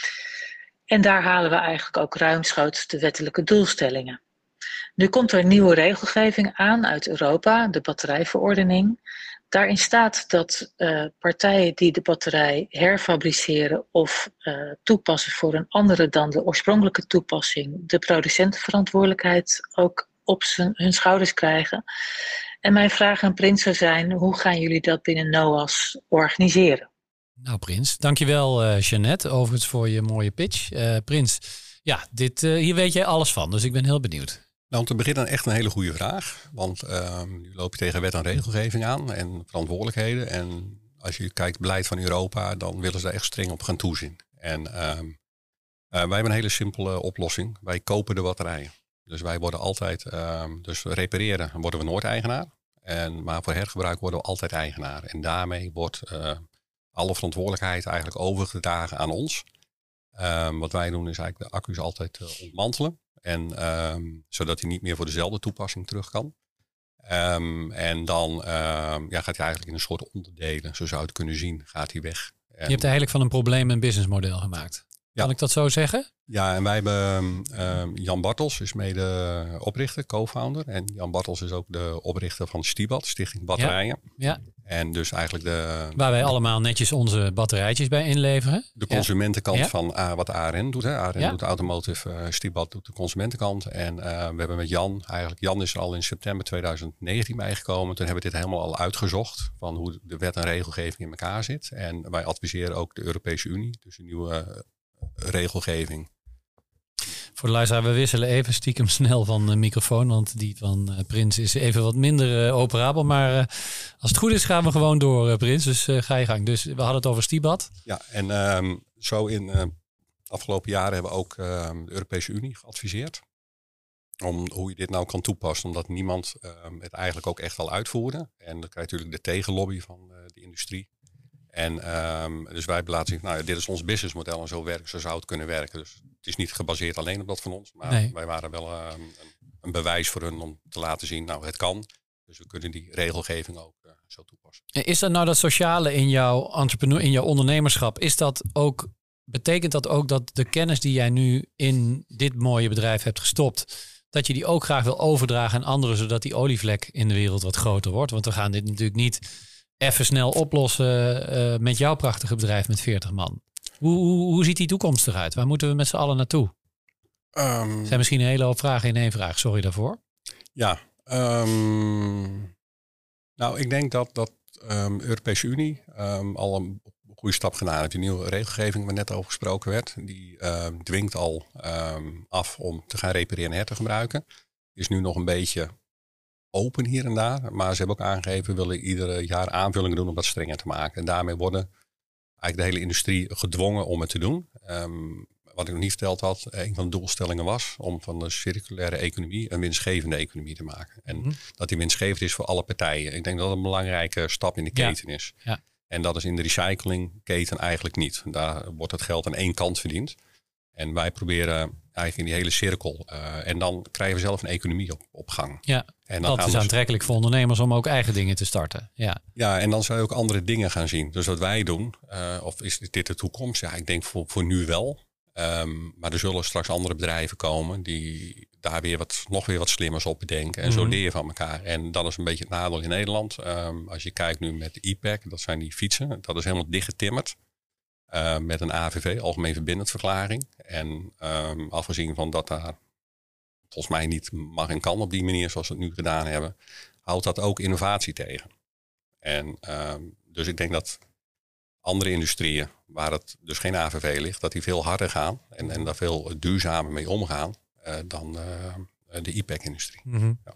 En daar halen we eigenlijk ook ruimschoots de wettelijke doelstellingen. Nu komt er een nieuwe regelgeving aan uit Europa, de batterijverordening. Daarin staat dat uh, partijen die de batterij herfabriceren of uh, toepassen voor een andere dan de oorspronkelijke toepassing, de producentenverantwoordelijkheid ook op zijn, hun schouders krijgen. En mijn vraag aan Prins zou zijn, hoe gaan jullie dat binnen NOAS organiseren? Nou Prins, dankjewel uh, Jeannette overigens voor je mooie pitch. Uh, Prins, ja, dit, uh, hier weet jij alles van, dus ik ben heel benieuwd. Nou, om te beginnen echt een hele goede vraag. Want uh, nu loop je tegen wet en regelgeving aan en verantwoordelijkheden. En als je kijkt beleid van Europa, dan willen ze daar echt streng op gaan toezien. En uh, uh, wij hebben een hele simpele oplossing. Wij kopen de batterijen. Dus wij worden altijd, uh, dus repareren worden we nooit eigenaar. En, maar voor hergebruik worden we altijd eigenaar. En daarmee wordt uh, alle verantwoordelijkheid eigenlijk overgedragen aan ons. Uh, wat wij doen is eigenlijk de accu's altijd uh, ontmantelen. En um, zodat hij niet meer voor dezelfde toepassing terug kan. Um, en dan um, ja, gaat hij eigenlijk in een soort onderdelen, zo zou je het kunnen zien, gaat hij weg. En je hebt eigenlijk van een probleem een businessmodel gemaakt. Kan ja. ik dat zo zeggen? Ja, en wij hebben um, Jan Bartels is mede oprichter, co-founder. En Jan Bartels is ook de oprichter van Stibat, Stichting Batterijen. Ja. ja. En dus eigenlijk de... Waar wij allemaal netjes onze batterijtjes bij inleveren. De consumentenkant ja. van uh, wat A R N doet. Hè. A R N ja. doet de automotive, uh, Stibat doet de consumentenkant. En uh, we hebben met Jan, eigenlijk Jan is er al in september tweeduizend negentien bijgekomen. Toen hebben we dit helemaal al uitgezocht van hoe de wet en regelgeving in elkaar zit. En wij adviseren ook de Europese Unie, dus een nieuwe uh, regelgeving. Voor de luisteraar, we wisselen even stiekem snel van de microfoon, want die van uh, Prins is even wat minder uh, operabel. Maar uh, als het goed is, gaan we gewoon door, uh, Prins. Dus uh, ga je gang. Dus we hadden het over Stibat. Ja, en um, zo in de uh, afgelopen jaren hebben we ook uh, de Europese Unie geadviseerd. Om hoe je dit nou kan toepassen, omdat niemand uh, het eigenlijk ook echt al uitvoerde. En dan krijg je natuurlijk de tegenlobby van uh, de industrie. En um, dus wij laten zien, nou ja, dit is ons businessmodel en zo, werkt, zo zou het kunnen werken. Dus het is niet gebaseerd alleen op dat van ons, maar nee. wij waren wel uh, een, een bewijs voor hun om te laten zien, nou het kan. Dus we kunnen die regelgeving ook uh, zo toepassen. Is dat nou dat sociale in jouw entrepreneur, in jouw ondernemerschap, is dat ook, betekent dat ook dat de kennis die jij nu in dit mooie bedrijf hebt gestopt, dat je die ook graag wil overdragen aan anderen, zodat die olievlek in de wereld wat groter wordt? Want we gaan dit natuurlijk niet even snel oplossen uh, met jouw prachtige bedrijf met veertig man. Hoe, hoe, hoe ziet die toekomst eruit? Waar moeten we met z'n allen naartoe? Um, zijn misschien een hele hoop vragen in één vraag. Sorry daarvoor. Ja. Um, nou, ik denk dat dat um, de Europese Unie um, al een goede stap gedaan heeft. Die nieuwe regelgeving waar net over gesproken werd, die um, dwingt al um, af om te gaan repareren en her te gebruiken. Is nu nog een beetje open hier en daar. Maar ze hebben ook aangegeven, we willen ieder jaar aanvullingen doen om dat strenger te maken. En daarmee worden eigenlijk de hele industrie gedwongen om het te doen. Um, wat ik nog niet verteld had, een van de doelstellingen was om van de circulaire economie een winstgevende economie te maken. En mm-hmm. dat die winstgevend is voor alle partijen. Ik denk dat dat een belangrijke stap in de keten ja. is. Ja. En dat is in de recyclingketen eigenlijk niet. Daar wordt het geld aan één kant verdiend. En wij proberen eigenlijk in die hele cirkel. Uh, en dan krijgen we zelf een economie op, op gang. Ja, en dan dat is aantrekkelijk voor ondernemers om ook eigen dingen te starten. Ja, ja, en dan zou je ook andere dingen gaan zien. Dus wat wij doen, uh, of is dit de toekomst? Ja, ik denk voor, voor nu wel. Um, maar er zullen straks andere bedrijven komen die daar weer wat, nog weer wat slimmers op bedenken. En mm-hmm. zo leer je van elkaar. En dat is een beetje het nadeel in Nederland. Um, als je kijkt nu met de e-pack, dat zijn die fietsen. Dat is helemaal dichtgetimmerd. Uh, met een A V V, Algemeen Verbindend Verklaring. En um, afgezien van dat daar volgens mij niet mag en kan op die manier zoals we het nu gedaan hebben, houdt dat ook innovatie tegen. En um, dus ik denk dat andere industrieën, waar het dus geen A V V ligt, dat die veel harder gaan en, en daar veel duurzamer mee omgaan uh, dan uh, de e-pack-industrie. Mm-hmm. Ja.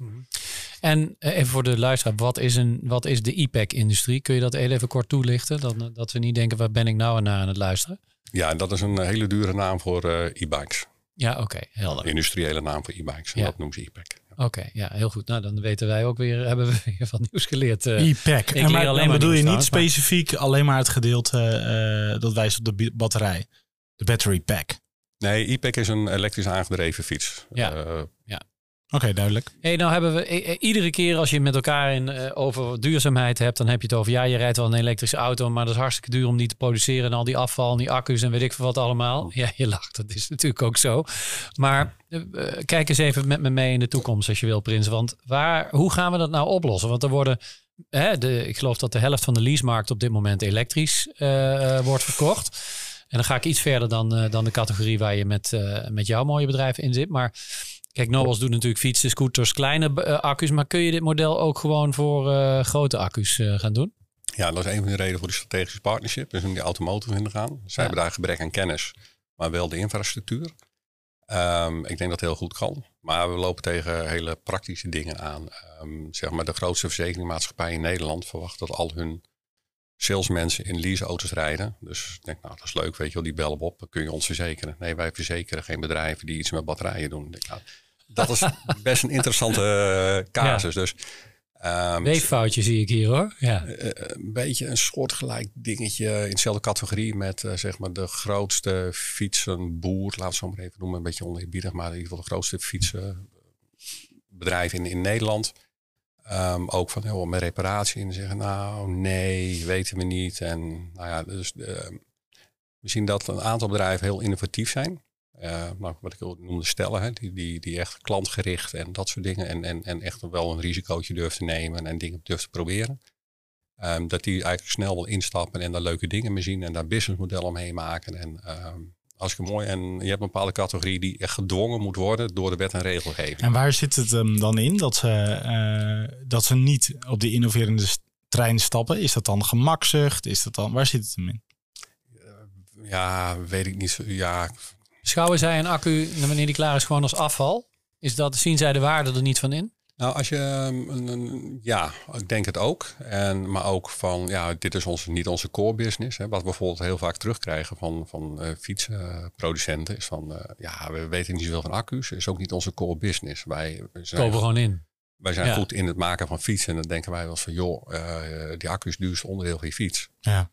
En even voor de luisteraar, wat is, een, wat is de e-pack-industrie? Kun je dat even kort toelichten? Dan, dat we niet denken, waar ben ik nou naar aan het luisteren? Ja, dat is een hele dure naam voor uh, e-bikes. Ja, oké, okay, helder. Een industriële naam voor e-bikes. En ja. dat noemen ze e-pack. Ja. Oké, okay, ja, heel goed. Nou, dan weten wij ook weer, hebben we weer wat nieuws geleerd. Uh, e-pack. En maar, alleen maar bedoel je niet specifiek maar alleen maar het gedeelte uh, dat wijst op de batterij. De battery pack. Nee, e-pack is een elektrisch aangedreven fiets. Ja, uh, ja. Oké, okay, duidelijk. Hey, nou hebben we i- iedere keer als je met elkaar in, uh, over duurzaamheid hebt, dan heb je het over, ja, je rijdt wel een elektrische auto, maar dat is hartstikke duur om die te produceren en al die afval en die accu's en weet ik veel wat allemaal. Ja, je lacht, dat is natuurlijk ook zo. Maar uh, kijk eens even met me mee in de toekomst als je wil, Prins. Want waar, hoe gaan we dat nou oplossen? Want er worden hè, de, ik geloof dat de helft van de leasemarkt op dit moment elektrisch uh, wordt verkocht. En dan ga ik iets verder dan, uh, dan de categorie waar je met, uh, met jouw mooie bedrijf in zit. Maar kijk, Nobels doet natuurlijk fietsen, scooters, kleine uh, accu's. Maar kun je dit model ook gewoon voor uh, grote accu's uh, gaan doen? Ja, dat is een van de redenen voor de strategische partnership. Dus om die automotive in te gaan. Zij ja. hebben daar gebrek aan kennis, maar wel de infrastructuur. Um, ik denk dat het heel goed kan. Maar we lopen tegen hele praktische dingen aan. Um, zeg maar de grootste verzekeringsmaatschappij in Nederland verwacht dat al hun salesmensen in leaseauto's rijden. Dus ik denk, nou, dat is leuk, weet je wel, die bellen op. Dan kun je ons verzekeren. Nee, wij verzekeren geen bedrijven die iets met batterijen doen. Denk, nou, dat is best een interessante uh, casus. Ja. Dus Um, Weeffoutje zie ik hier hoor. Ja. Uh, een beetje een soortgelijk dingetje in dezelfde categorie met uh, zeg maar de grootste fietsenboer, laat het zo maar even noemen, een beetje oneerbiedig, maar in ieder geval de grootste fietsenbedrijf in, in Nederland. Um, ook van heel met reparatie en zeggen nou nee, weten we niet. En nou ja, dus uh, we zien dat een aantal bedrijven heel innovatief zijn. Uh, nou, wat ik noemde stellen, hè, die, die, die echt klantgericht en dat soort dingen. En, en, en echt wel een risicootje durft te nemen en dingen durft te proberen. Um, dat die eigenlijk snel wil instappen en daar leuke dingen mee zien en daar businessmodellen omheen maken. En um, hartstikke mooi. En je hebt een bepaalde categorie die echt gedwongen moet worden door de wet en regelgeving. En waar zit het um, dan in dat ze, uh, dat ze niet op die innoverende trein stappen? Is dat dan gemakzucht? Is dat dan, waar zit het hem in? Uh, ja, weet ik niet. Zo, ja... Schouwen zij een accu, wanneer die klaar is, gewoon als afval? Is dat, zien zij de waarde er niet van in? Nou, als je, een, een, ja, ik denk het ook. En, maar ook van, ja, dit is onze, niet onze core business. Hè. Wat we bijvoorbeeld heel vaak terugkrijgen van, van uh, fietsproducenten is van, uh, ja, we weten niet zoveel van accu's. Dat is ook niet onze core business. Wij zijn, kopen gewoon in. Wij zijn ja. goed in het maken van fietsen. En dan denken wij wel eens van, joh, uh, die accu is het duurste onderdeel van je fiets. Ja.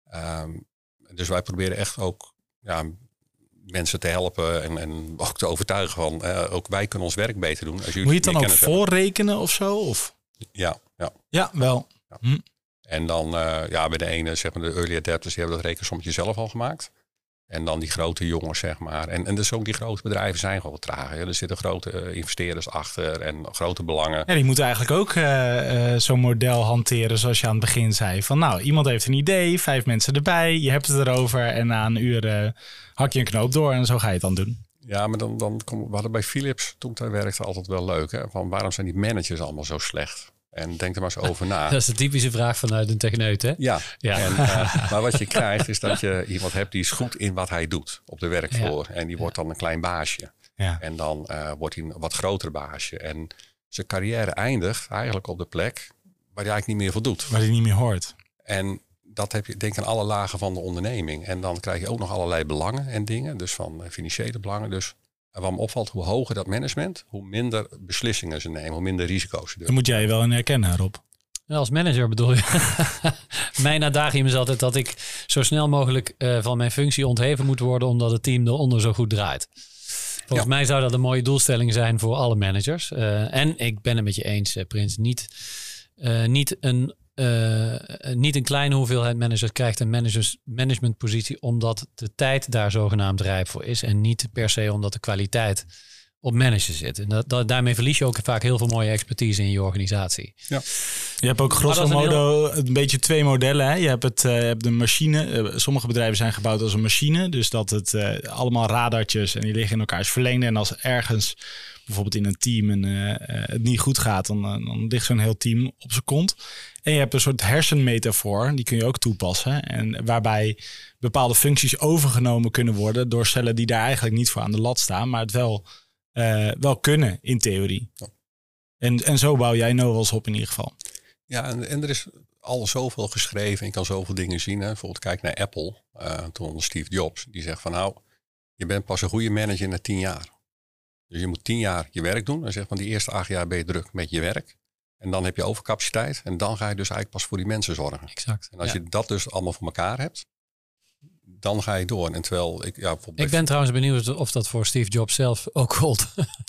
Um, dus wij proberen echt ook, ja, mensen te helpen en, en ook te overtuigen van uh, ook wij kunnen ons werk beter doen. Als jullie Moet je het dan ook voorrekenen of zo? Of? Ja, ja. Ja, wel. Ja. Hm. En dan uh, ja, bij de ene, zeg maar de early adapters, die hebben dat rekensommetje zelf al gemaakt. En dan die grote jongens, zeg maar. En, en dus ook die grote bedrijven zijn gewoon wat traag. Hè? Er zitten grote uh, investeerders achter en grote belangen. Ja, die moeten eigenlijk ook uh, uh, zo'n model hanteren zoals je aan het begin zei. Van nou, iemand heeft een idee, vijf mensen erbij, je hebt het erover en na een uur uh, hak je een knoop door en zo ga je het dan doen. Ja, maar dan, dan kom, we hadden bij Philips, toen ik daar werkte, altijd wel leuk. Hè? Van waarom zijn die managers allemaal zo slecht? En denk er maar eens over na. Dat is de typische vraag vanuit een techneut, hè? Ja, ja. En, uh, maar wat je krijgt is dat je iemand hebt die is goed in wat hij doet op de werkvloer. Ja. En die wordt dan een klein baasje. Ja. En dan uh, wordt hij een wat groter baasje. En zijn carrière eindigt eigenlijk op de plek waar hij eigenlijk niet meer voldoet. Waar hij niet meer hoort. En dat heb je denk ik aan alle lagen van de onderneming. En dan krijg je ook nog allerlei belangen en dingen. Dus van financiële belangen. Dus en wat me opvalt, hoe hoger dat management, hoe minder beslissingen ze nemen, hoe minder risico's ze durven. Dan moet jij je wel in herkennen, Rob. Ja, als manager bedoel je? Mijn adagium is altijd dat ik zo snel mogelijk uh, van mijn functie ontheven moet worden, omdat het team eronder zo goed draait. Volgens ja. mij zou dat een mooie doelstelling zijn voor alle managers. Uh, en ik ben het met je eens, uh, Prins. Niet, uh, niet een Uh, niet een kleine hoeveelheid managers krijgt een managers managementpositie omdat de tijd daar zogenaamd rijp voor is en niet per se omdat de kwaliteit op manager zit. En dat, dat, daarmee verlies je ook vaak heel veel mooie expertise in je organisatie. Ja. Je hebt ook grosso modo een, heel... een beetje twee modellen. Hè? Je hebt, het, uh, je hebt de machine. Uh, sommige bedrijven zijn gebouwd als een machine. Dus dat het uh, allemaal radartjes en die liggen in elkaars verlengde. En als ergens bijvoorbeeld in een team en, uh, uh, het niet goed gaat, dan, uh, dan ligt zo'n heel team op zijn kont. En je hebt een soort hersenmetafoor, die kun je ook toepassen. En waarbij bepaalde functies overgenomen kunnen worden door cellen die daar eigenlijk niet voor aan de lat staan, maar het wel, uh, wel kunnen in theorie. Ja. En, en zo bouw jij Nobels op in ieder geval. Ja, en, en er is al zoveel geschreven. Ik kan zoveel dingen zien. Hè. Bijvoorbeeld kijk naar Apple, uh, toen Steve Jobs, die zegt van nou, je bent pas een goede manager na tien jaar. Dus je moet tien jaar je werk doen. En zegt van die eerste acht jaar ben je druk met je werk. En dan heb je overcapaciteit. En dan ga je dus eigenlijk pas voor die mensen zorgen. Exact. En als ja. je dat dus allemaal voor elkaar hebt, dan ga je door. En terwijl ik, ja, ik ben trouwens benieuwd of dat voor Steve Jobs zelf ook gold.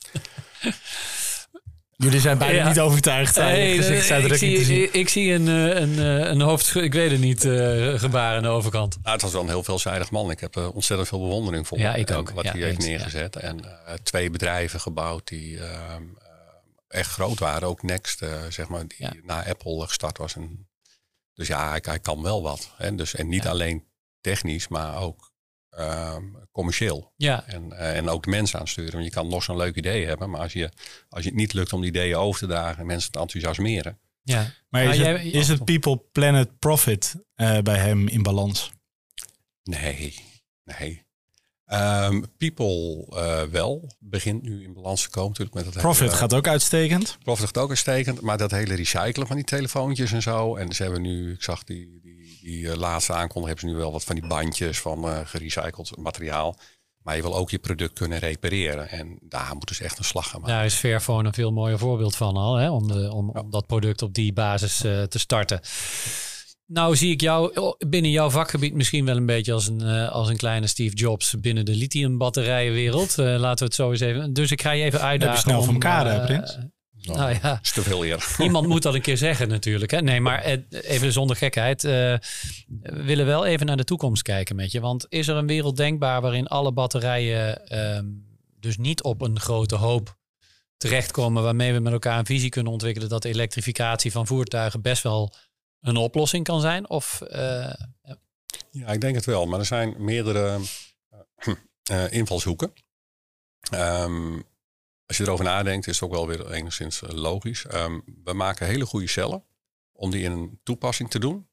Jullie zijn bijna ja. niet overtuigd. Hey, ik, zie, te zien. Ik, ik zie een, een, een hoofd, ik weet het niet, uh, gebaar aan de overkant. Nou, het was wel een heel veelzijdig man. Ik heb uh, ontzettend veel bewondering voor. Ja, ik ook. Wat ja, hij heeft eens, neergezet. Ja. En uh, twee bedrijven gebouwd die uh, echt groot waren. Ook Next, uh, zeg maar, die ja. na Apple gestart was. En, dus ja, hij, hij kan wel wat. Hè? Dus, en niet ja. alleen technisch, maar ook uh, commercieel. Ja. En, uh, en ook de mensen aansturen. Want je kan nog zo'n leuk idee hebben. Maar als je, als je het niet lukt om die ideeën over te dragen en mensen te enthousiasmeren. Ja. Maar is, het, is het people, planet, profit uh, bij hem in balans? Nee, nee. Um, people uh, wel. Begint nu in balans te komen. Natuurlijk met het profit hele, gaat ook uitstekend. Profit gaat ook uitstekend. Maar dat hele recyclen van die telefoontjes en zo. En ze hebben nu, ik zag die, die, die uh, laatste aankondiging, hebben ze nu wel wat van die bandjes van uh, gerecycled materiaal. Maar je wil ook je product kunnen repareren. En daar moeten ze echt een slag gaan maken. Daar is Fairphone een veel mooier voorbeeld van al. Hè? Om, de, om, ja. om dat product op die basis uh, te starten. Nou zie ik jou binnen jouw vakgebied misschien wel een beetje als een, uh, als een kleine Steve Jobs binnen de lithiumbatterijenwereld. Uh, laten we het zo eens even. Dus ik ga je even uitdagen. Heb je snel om, van elkaar, uh, hè, Prins? Nou, nou ja, is te veel eer. Iemand moet dat een keer zeggen natuurlijk. Hè? Nee, maar even zonder gekheid. Uh, we willen wel even naar de toekomst kijken met je. Want is er een wereld denkbaar waarin alle batterijen um, dus niet op een grote hoop terechtkomen, waarmee we met elkaar een visie kunnen ontwikkelen dat de elektrificatie van voertuigen best wel een oplossing kan zijn? Of, uh, ja, ik denk het wel. Maar er zijn meerdere uh, uh, invalshoeken. Um, als je erover nadenkt, is het ook wel weer enigszins uh, logisch. Um, we maken hele goede cellen om die in een toepassing te doen.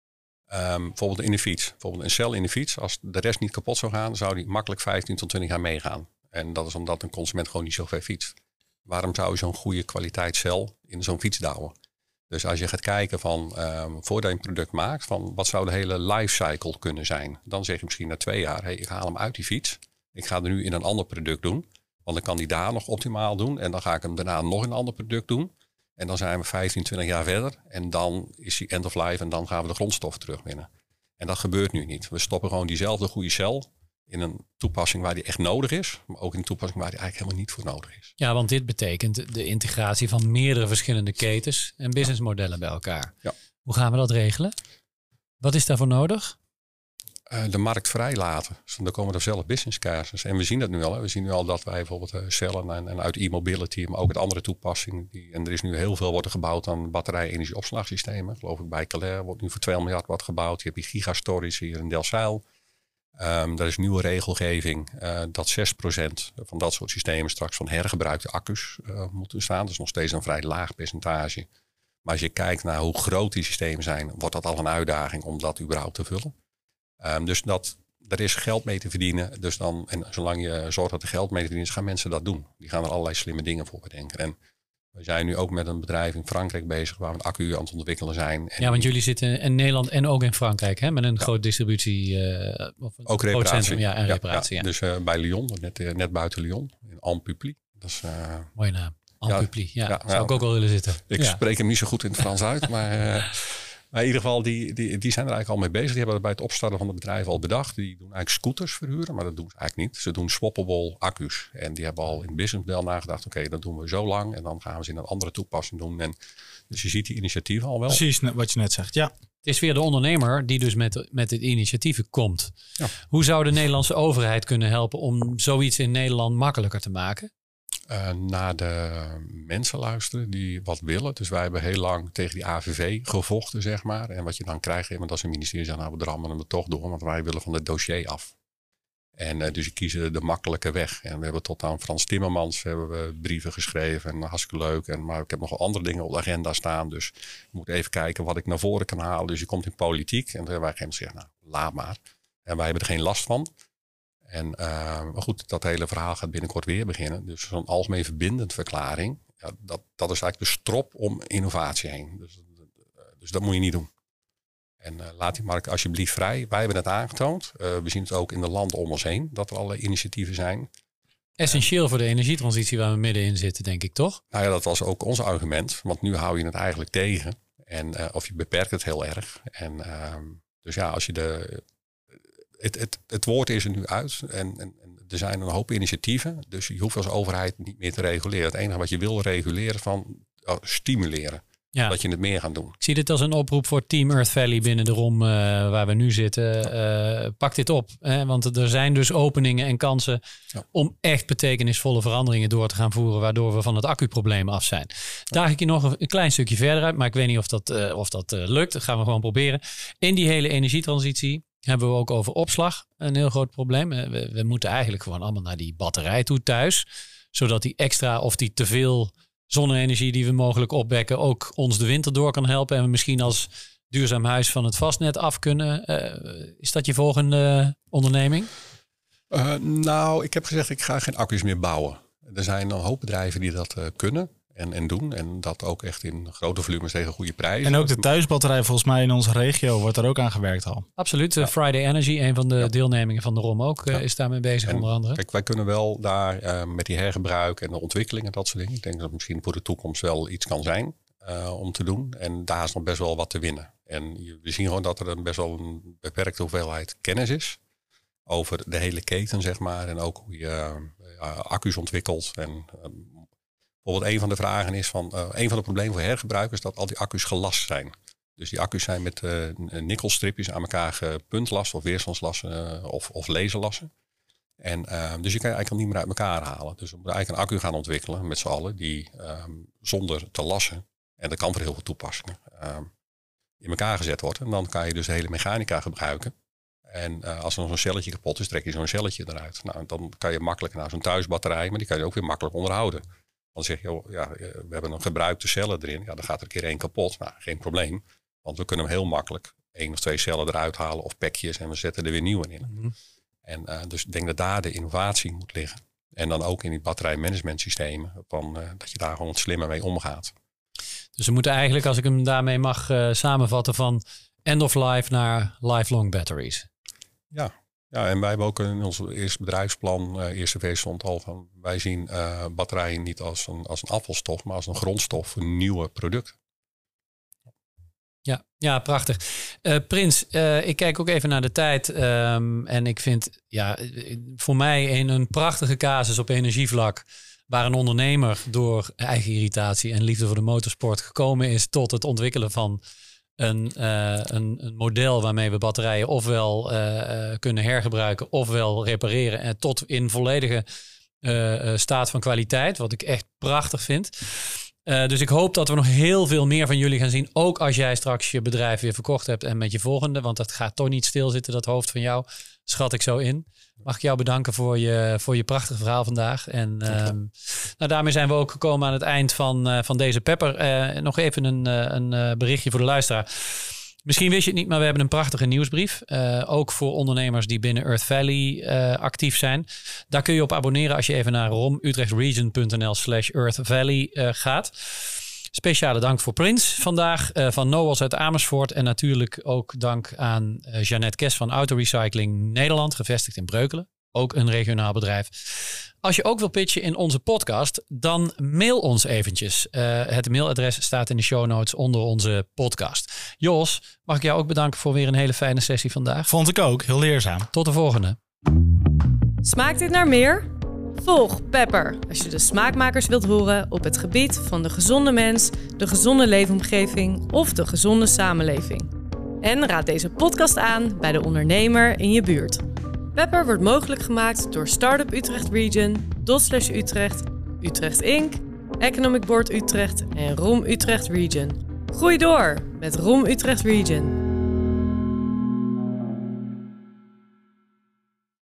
Um, bijvoorbeeld in de fiets. Bijvoorbeeld een cel in de fiets. Als de rest niet kapot zou gaan, zou die makkelijk vijftien tot twintig jaar meegaan. En dat is omdat een consument gewoon niet zo ver fietst. Waarom zou je zo'n goede kwaliteitscel in zo'n fiets douwen? Dus als je gaat kijken van, um, voordat je een product maakt, van wat zou de hele lifecycle kunnen zijn? Dan zeg je misschien na twee jaar, hey, ik haal hem uit die fiets. Ik ga er nu in een ander product doen. Want dan kan die daar nog optimaal doen. En dan ga ik hem daarna nog in een ander product doen. En dan zijn we vijftien, twintig jaar verder. En dan is hij end of life en dan gaan we de grondstoffen terugwinnen. En dat gebeurt nu niet. We stoppen gewoon diezelfde goede cel in een toepassing waar die echt nodig is. Maar ook in een toepassing waar die eigenlijk helemaal niet voor nodig is. Ja, want dit betekent de integratie van meerdere verschillende ketens en businessmodellen bij elkaar. Ja. Hoe gaan we dat regelen? Wat is daarvoor nodig? Uh, de markt vrij laten. Dus dan komen er zelf business cases. En we zien dat nu al. Hè. We zien nu al dat wij bijvoorbeeld uh, cellen en, en uit e-mobility, maar ook uit andere toepassingen. Die, en er is nu heel veel wordt er gebouwd aan batterij-energieopslagsystemen. Geloof ik bij Calais wordt nu voor twee miljard wat gebouwd. Je hebt die gigastorage hier in Delfzijl. Um, er is nieuwe regelgeving uh, dat zes procent van dat soort systemen straks van hergebruikte accu's uh, moeten staan. Dat is nog steeds een vrij laag percentage. Maar als je kijkt naar hoe groot die systemen zijn, wordt dat al een uitdaging om dat überhaupt te vullen. Um, dus dat, er is geld mee te verdienen. Dus dan, en zolang je zorgt dat er geld mee te verdienen is, gaan mensen dat doen. Die gaan er allerlei slimme dingen voor bedenken. En we zijn nu ook met een bedrijf in Frankrijk bezig waar we een accu aan het ontwikkelen zijn. En ja, want jullie zitten in Nederland en ook in Frankrijk, hè? Met een ja. groot distributie. Uh, of een ook reparatie. Centrum, ja, en ja, reparatie. Ja. Ja. Dus uh, bij Lyon, net, uh, net buiten Lyon, in Ampupli. Dat is, uh, mooie naam. Ampupli, ja. ja, ja zou ja, ik ook wel willen zitten. Ik ja. spreek hem niet zo goed in het Frans uit, maar... Uh, Maar in ieder geval, die, die, die zijn er eigenlijk al mee bezig. Die hebben bij het opstarten van het bedrijf al bedacht. Die doen eigenlijk scooters verhuren, maar dat doen ze eigenlijk niet. Ze doen swappable accu's. En die hebben al in het businessmodel nagedacht. Oké, okay, dat doen we zo lang en dan gaan we ze in een andere toepassing doen. En dus je ziet die initiatieven al wel. Precies wat je net zegt, ja. Het is weer de ondernemer die dus met, met dit initiatieven komt. Ja. Hoe zou de Nederlandse overheid kunnen helpen om zoiets in Nederland makkelijker te maken? Uh, naar de mensen luisteren die wat willen. Dus wij hebben heel lang tegen die A V V gevochten, zeg maar. En wat je dan krijgt, want als een ministerie zegt, nou we drammen hem er toch door, want wij willen van het dossier af. En uh, dus je kiezen de makkelijke weg. En we hebben tot aan Frans Timmermans hebben we brieven geschreven en hartstikke leuk. En, maar ik heb nog wel andere dingen op de agenda staan. Dus ik moet even kijken wat ik naar voren kan halen. Dus je komt in politiek en dan hebben wij geen zeggen, nou laat maar. En wij hebben er geen last van. En uh, maar goed, dat hele verhaal gaat binnenkort weer beginnen. Dus zo'n algemeen verbindend verklaring, ja, dat, dat is eigenlijk de strop om innovatie heen. Dus, dus dat moet je niet doen. En uh, laat die markt alsjeblieft vrij. Wij hebben het aangetoond. Uh, we zien het ook in de landen om ons heen, dat er allerlei initiatieven zijn. Essentieel uh, voor de energietransitie waar we middenin zitten, denk ik, toch? Nou ja, dat was ook ons argument. Want nu hou je het eigenlijk tegen. En, uh, of je beperkt het heel erg. En uh, dus ja, als je de... Het, het, het woord is er nu uit en, en, en er zijn een hoop initiatieven. Dus je hoeft als overheid niet meer te reguleren. Het enige wat je wil reguleren is van oh, stimuleren. Ja. Dat je het meer gaat doen. Ik zie dit als een oproep voor Team Earth Valley binnen de R O M uh, waar we nu zitten. Uh, pak dit op. Hè? Want er zijn dus openingen en kansen ja. om echt betekenisvolle veranderingen door te gaan voeren. Waardoor we van het accuprobleem af zijn. Daag ik je nog een klein stukje verder uit. Maar ik weet niet of dat, uh, of dat uh, lukt. Dat gaan we gewoon proberen. In die hele energietransitie hebben we ook over opslag een heel groot probleem. We, we moeten eigenlijk gewoon allemaal naar die batterij toe thuis. Zodat die extra of die te veel zonne-energie die we mogelijk opwekken ook ons de winter door kan helpen. En we misschien als duurzaam huis van het vastnet af kunnen. Uh, is dat je volgende uh, onderneming? Uh, nou, ik heb gezegd ik ga geen accu's meer bouwen. Er zijn een hoop bedrijven die dat uh, kunnen. En, en doen. En dat ook echt in grote volumes tegen goede prijzen. En ook de thuisbatterij volgens mij in onze regio wordt er ook aan gewerkt al. Absoluut. Ja. Friday Energy, een van de ja. deelnemingen van de R O M ook, ja. is daarmee bezig en, onder andere. Kijk, wij kunnen wel daar uh, met die hergebruik en de ontwikkeling en dat soort dingen. Ik denk dat het misschien voor de toekomst wel iets kan zijn uh, om te doen. En daar is nog best wel wat te winnen. En we zien gewoon dat er een best wel een beperkte hoeveelheid kennis is. Over de hele keten, zeg maar. En ook hoe je uh, accu's ontwikkelt. En uh, bijvoorbeeld een van de vragen is van uh, een van de problemen voor hergebruik is dat al die accu's gelast zijn. Dus die accu's zijn met uh, nikkelstripjes aan elkaar gepuntlast of weerstandslassen uh, of, of laserlassen. En uh, dus je kan je eigenlijk al niet meer uit elkaar halen. Dus we moeten eigenlijk een accu gaan ontwikkelen met z'n allen die um, zonder te lassen, en dat kan voor heel veel toepassingen, um, in elkaar gezet wordt. En dan kan je dus de hele mechanica gebruiken. En uh, als er nog zo'n celletje kapot is, trek je zo'n celletje eruit. Nou, dan kan je makkelijk naar zo'n thuisbatterij, maar die kan je ook weer makkelijk onderhouden. Dan zeg je, oh, ja, we hebben een gebruikte cellen erin. Ja, dan gaat er een keer één kapot. Nou, geen probleem. Want we kunnen hem heel makkelijk één of twee cellen eruit halen of pekjes en we zetten er weer nieuwe in. Mm-hmm. En uh, dus ik denk dat daar de innovatie moet liggen. En dan ook in die batterijmanagementsystemen. Van, uh, dat je daar gewoon slimmer mee omgaat. Dus we moeten eigenlijk, als ik hem daarmee mag uh, samenvatten, van end of life naar lifelong batteries. Ja. Ja, en wij hebben ook in ons eerste bedrijfsplan, uh, eerste versie stond al van, wij zien uh, batterijen niet als een, als een afvalstof, maar als een grondstof voor nieuwe producten. Ja, ja, prachtig. Uh, Prins, uh, ik kijk ook even naar de tijd um, en ik vind ja, voor mij een, een prachtige casus op energievlak, waar een ondernemer door eigen irritatie en liefde voor de motorsport gekomen is tot het ontwikkelen van Een, uh, een, een model waarmee we batterijen ofwel uh, kunnen hergebruiken ofwel repareren en tot in volledige uh, staat van kwaliteit, wat ik echt prachtig vind. Uh, dus ik hoop dat we nog heel veel meer van jullie gaan zien, ook als jij straks je bedrijf weer verkocht hebt en met je volgende, want dat gaat toch niet stilzitten, dat hoofd van jou, schat ik zo in. Mag ik jou bedanken voor je, voor je prachtige verhaal vandaag. En um, nou, daarmee zijn we ook gekomen aan het eind van, uh, van deze Pepper. Uh, nog even een, uh, een uh, berichtje voor de luisteraar. Misschien wist je het niet, maar we hebben een prachtige nieuwsbrief. Uh, ook voor ondernemers die binnen Earth Valley uh, actief zijn. Daar kun je op abonneren als je even naar romutrechtregion.nl slash Earth Valley uh, gaat. Speciale dank voor Prins vandaag uh, van Noels uit Amersfoort. En natuurlijk ook dank aan uh, Jeannette Kes van Autorecycling Nederland, gevestigd in Breukelen. Ook een regionaal bedrijf. Als je ook wil pitchen in onze podcast, dan mail ons eventjes. Uh, het mailadres staat in de show notes onder onze podcast. Jos, mag ik jou ook bedanken voor weer een hele fijne sessie vandaag. Vond ik ook, heel leerzaam. Tot de volgende. Smaakt dit naar meer? Volg Pepper als je de smaakmakers wilt horen op het gebied van de gezonde mens, de gezonde leefomgeving of de gezonde samenleving. En raad deze podcast aan bij de ondernemer in je buurt. Pepper wordt mogelijk gemaakt door Startup Utrecht Region, Dotslash Utrecht, Utrecht Incorporated, Economic Board Utrecht en R O M Utrecht Region. Groei door met R O M Utrecht Region.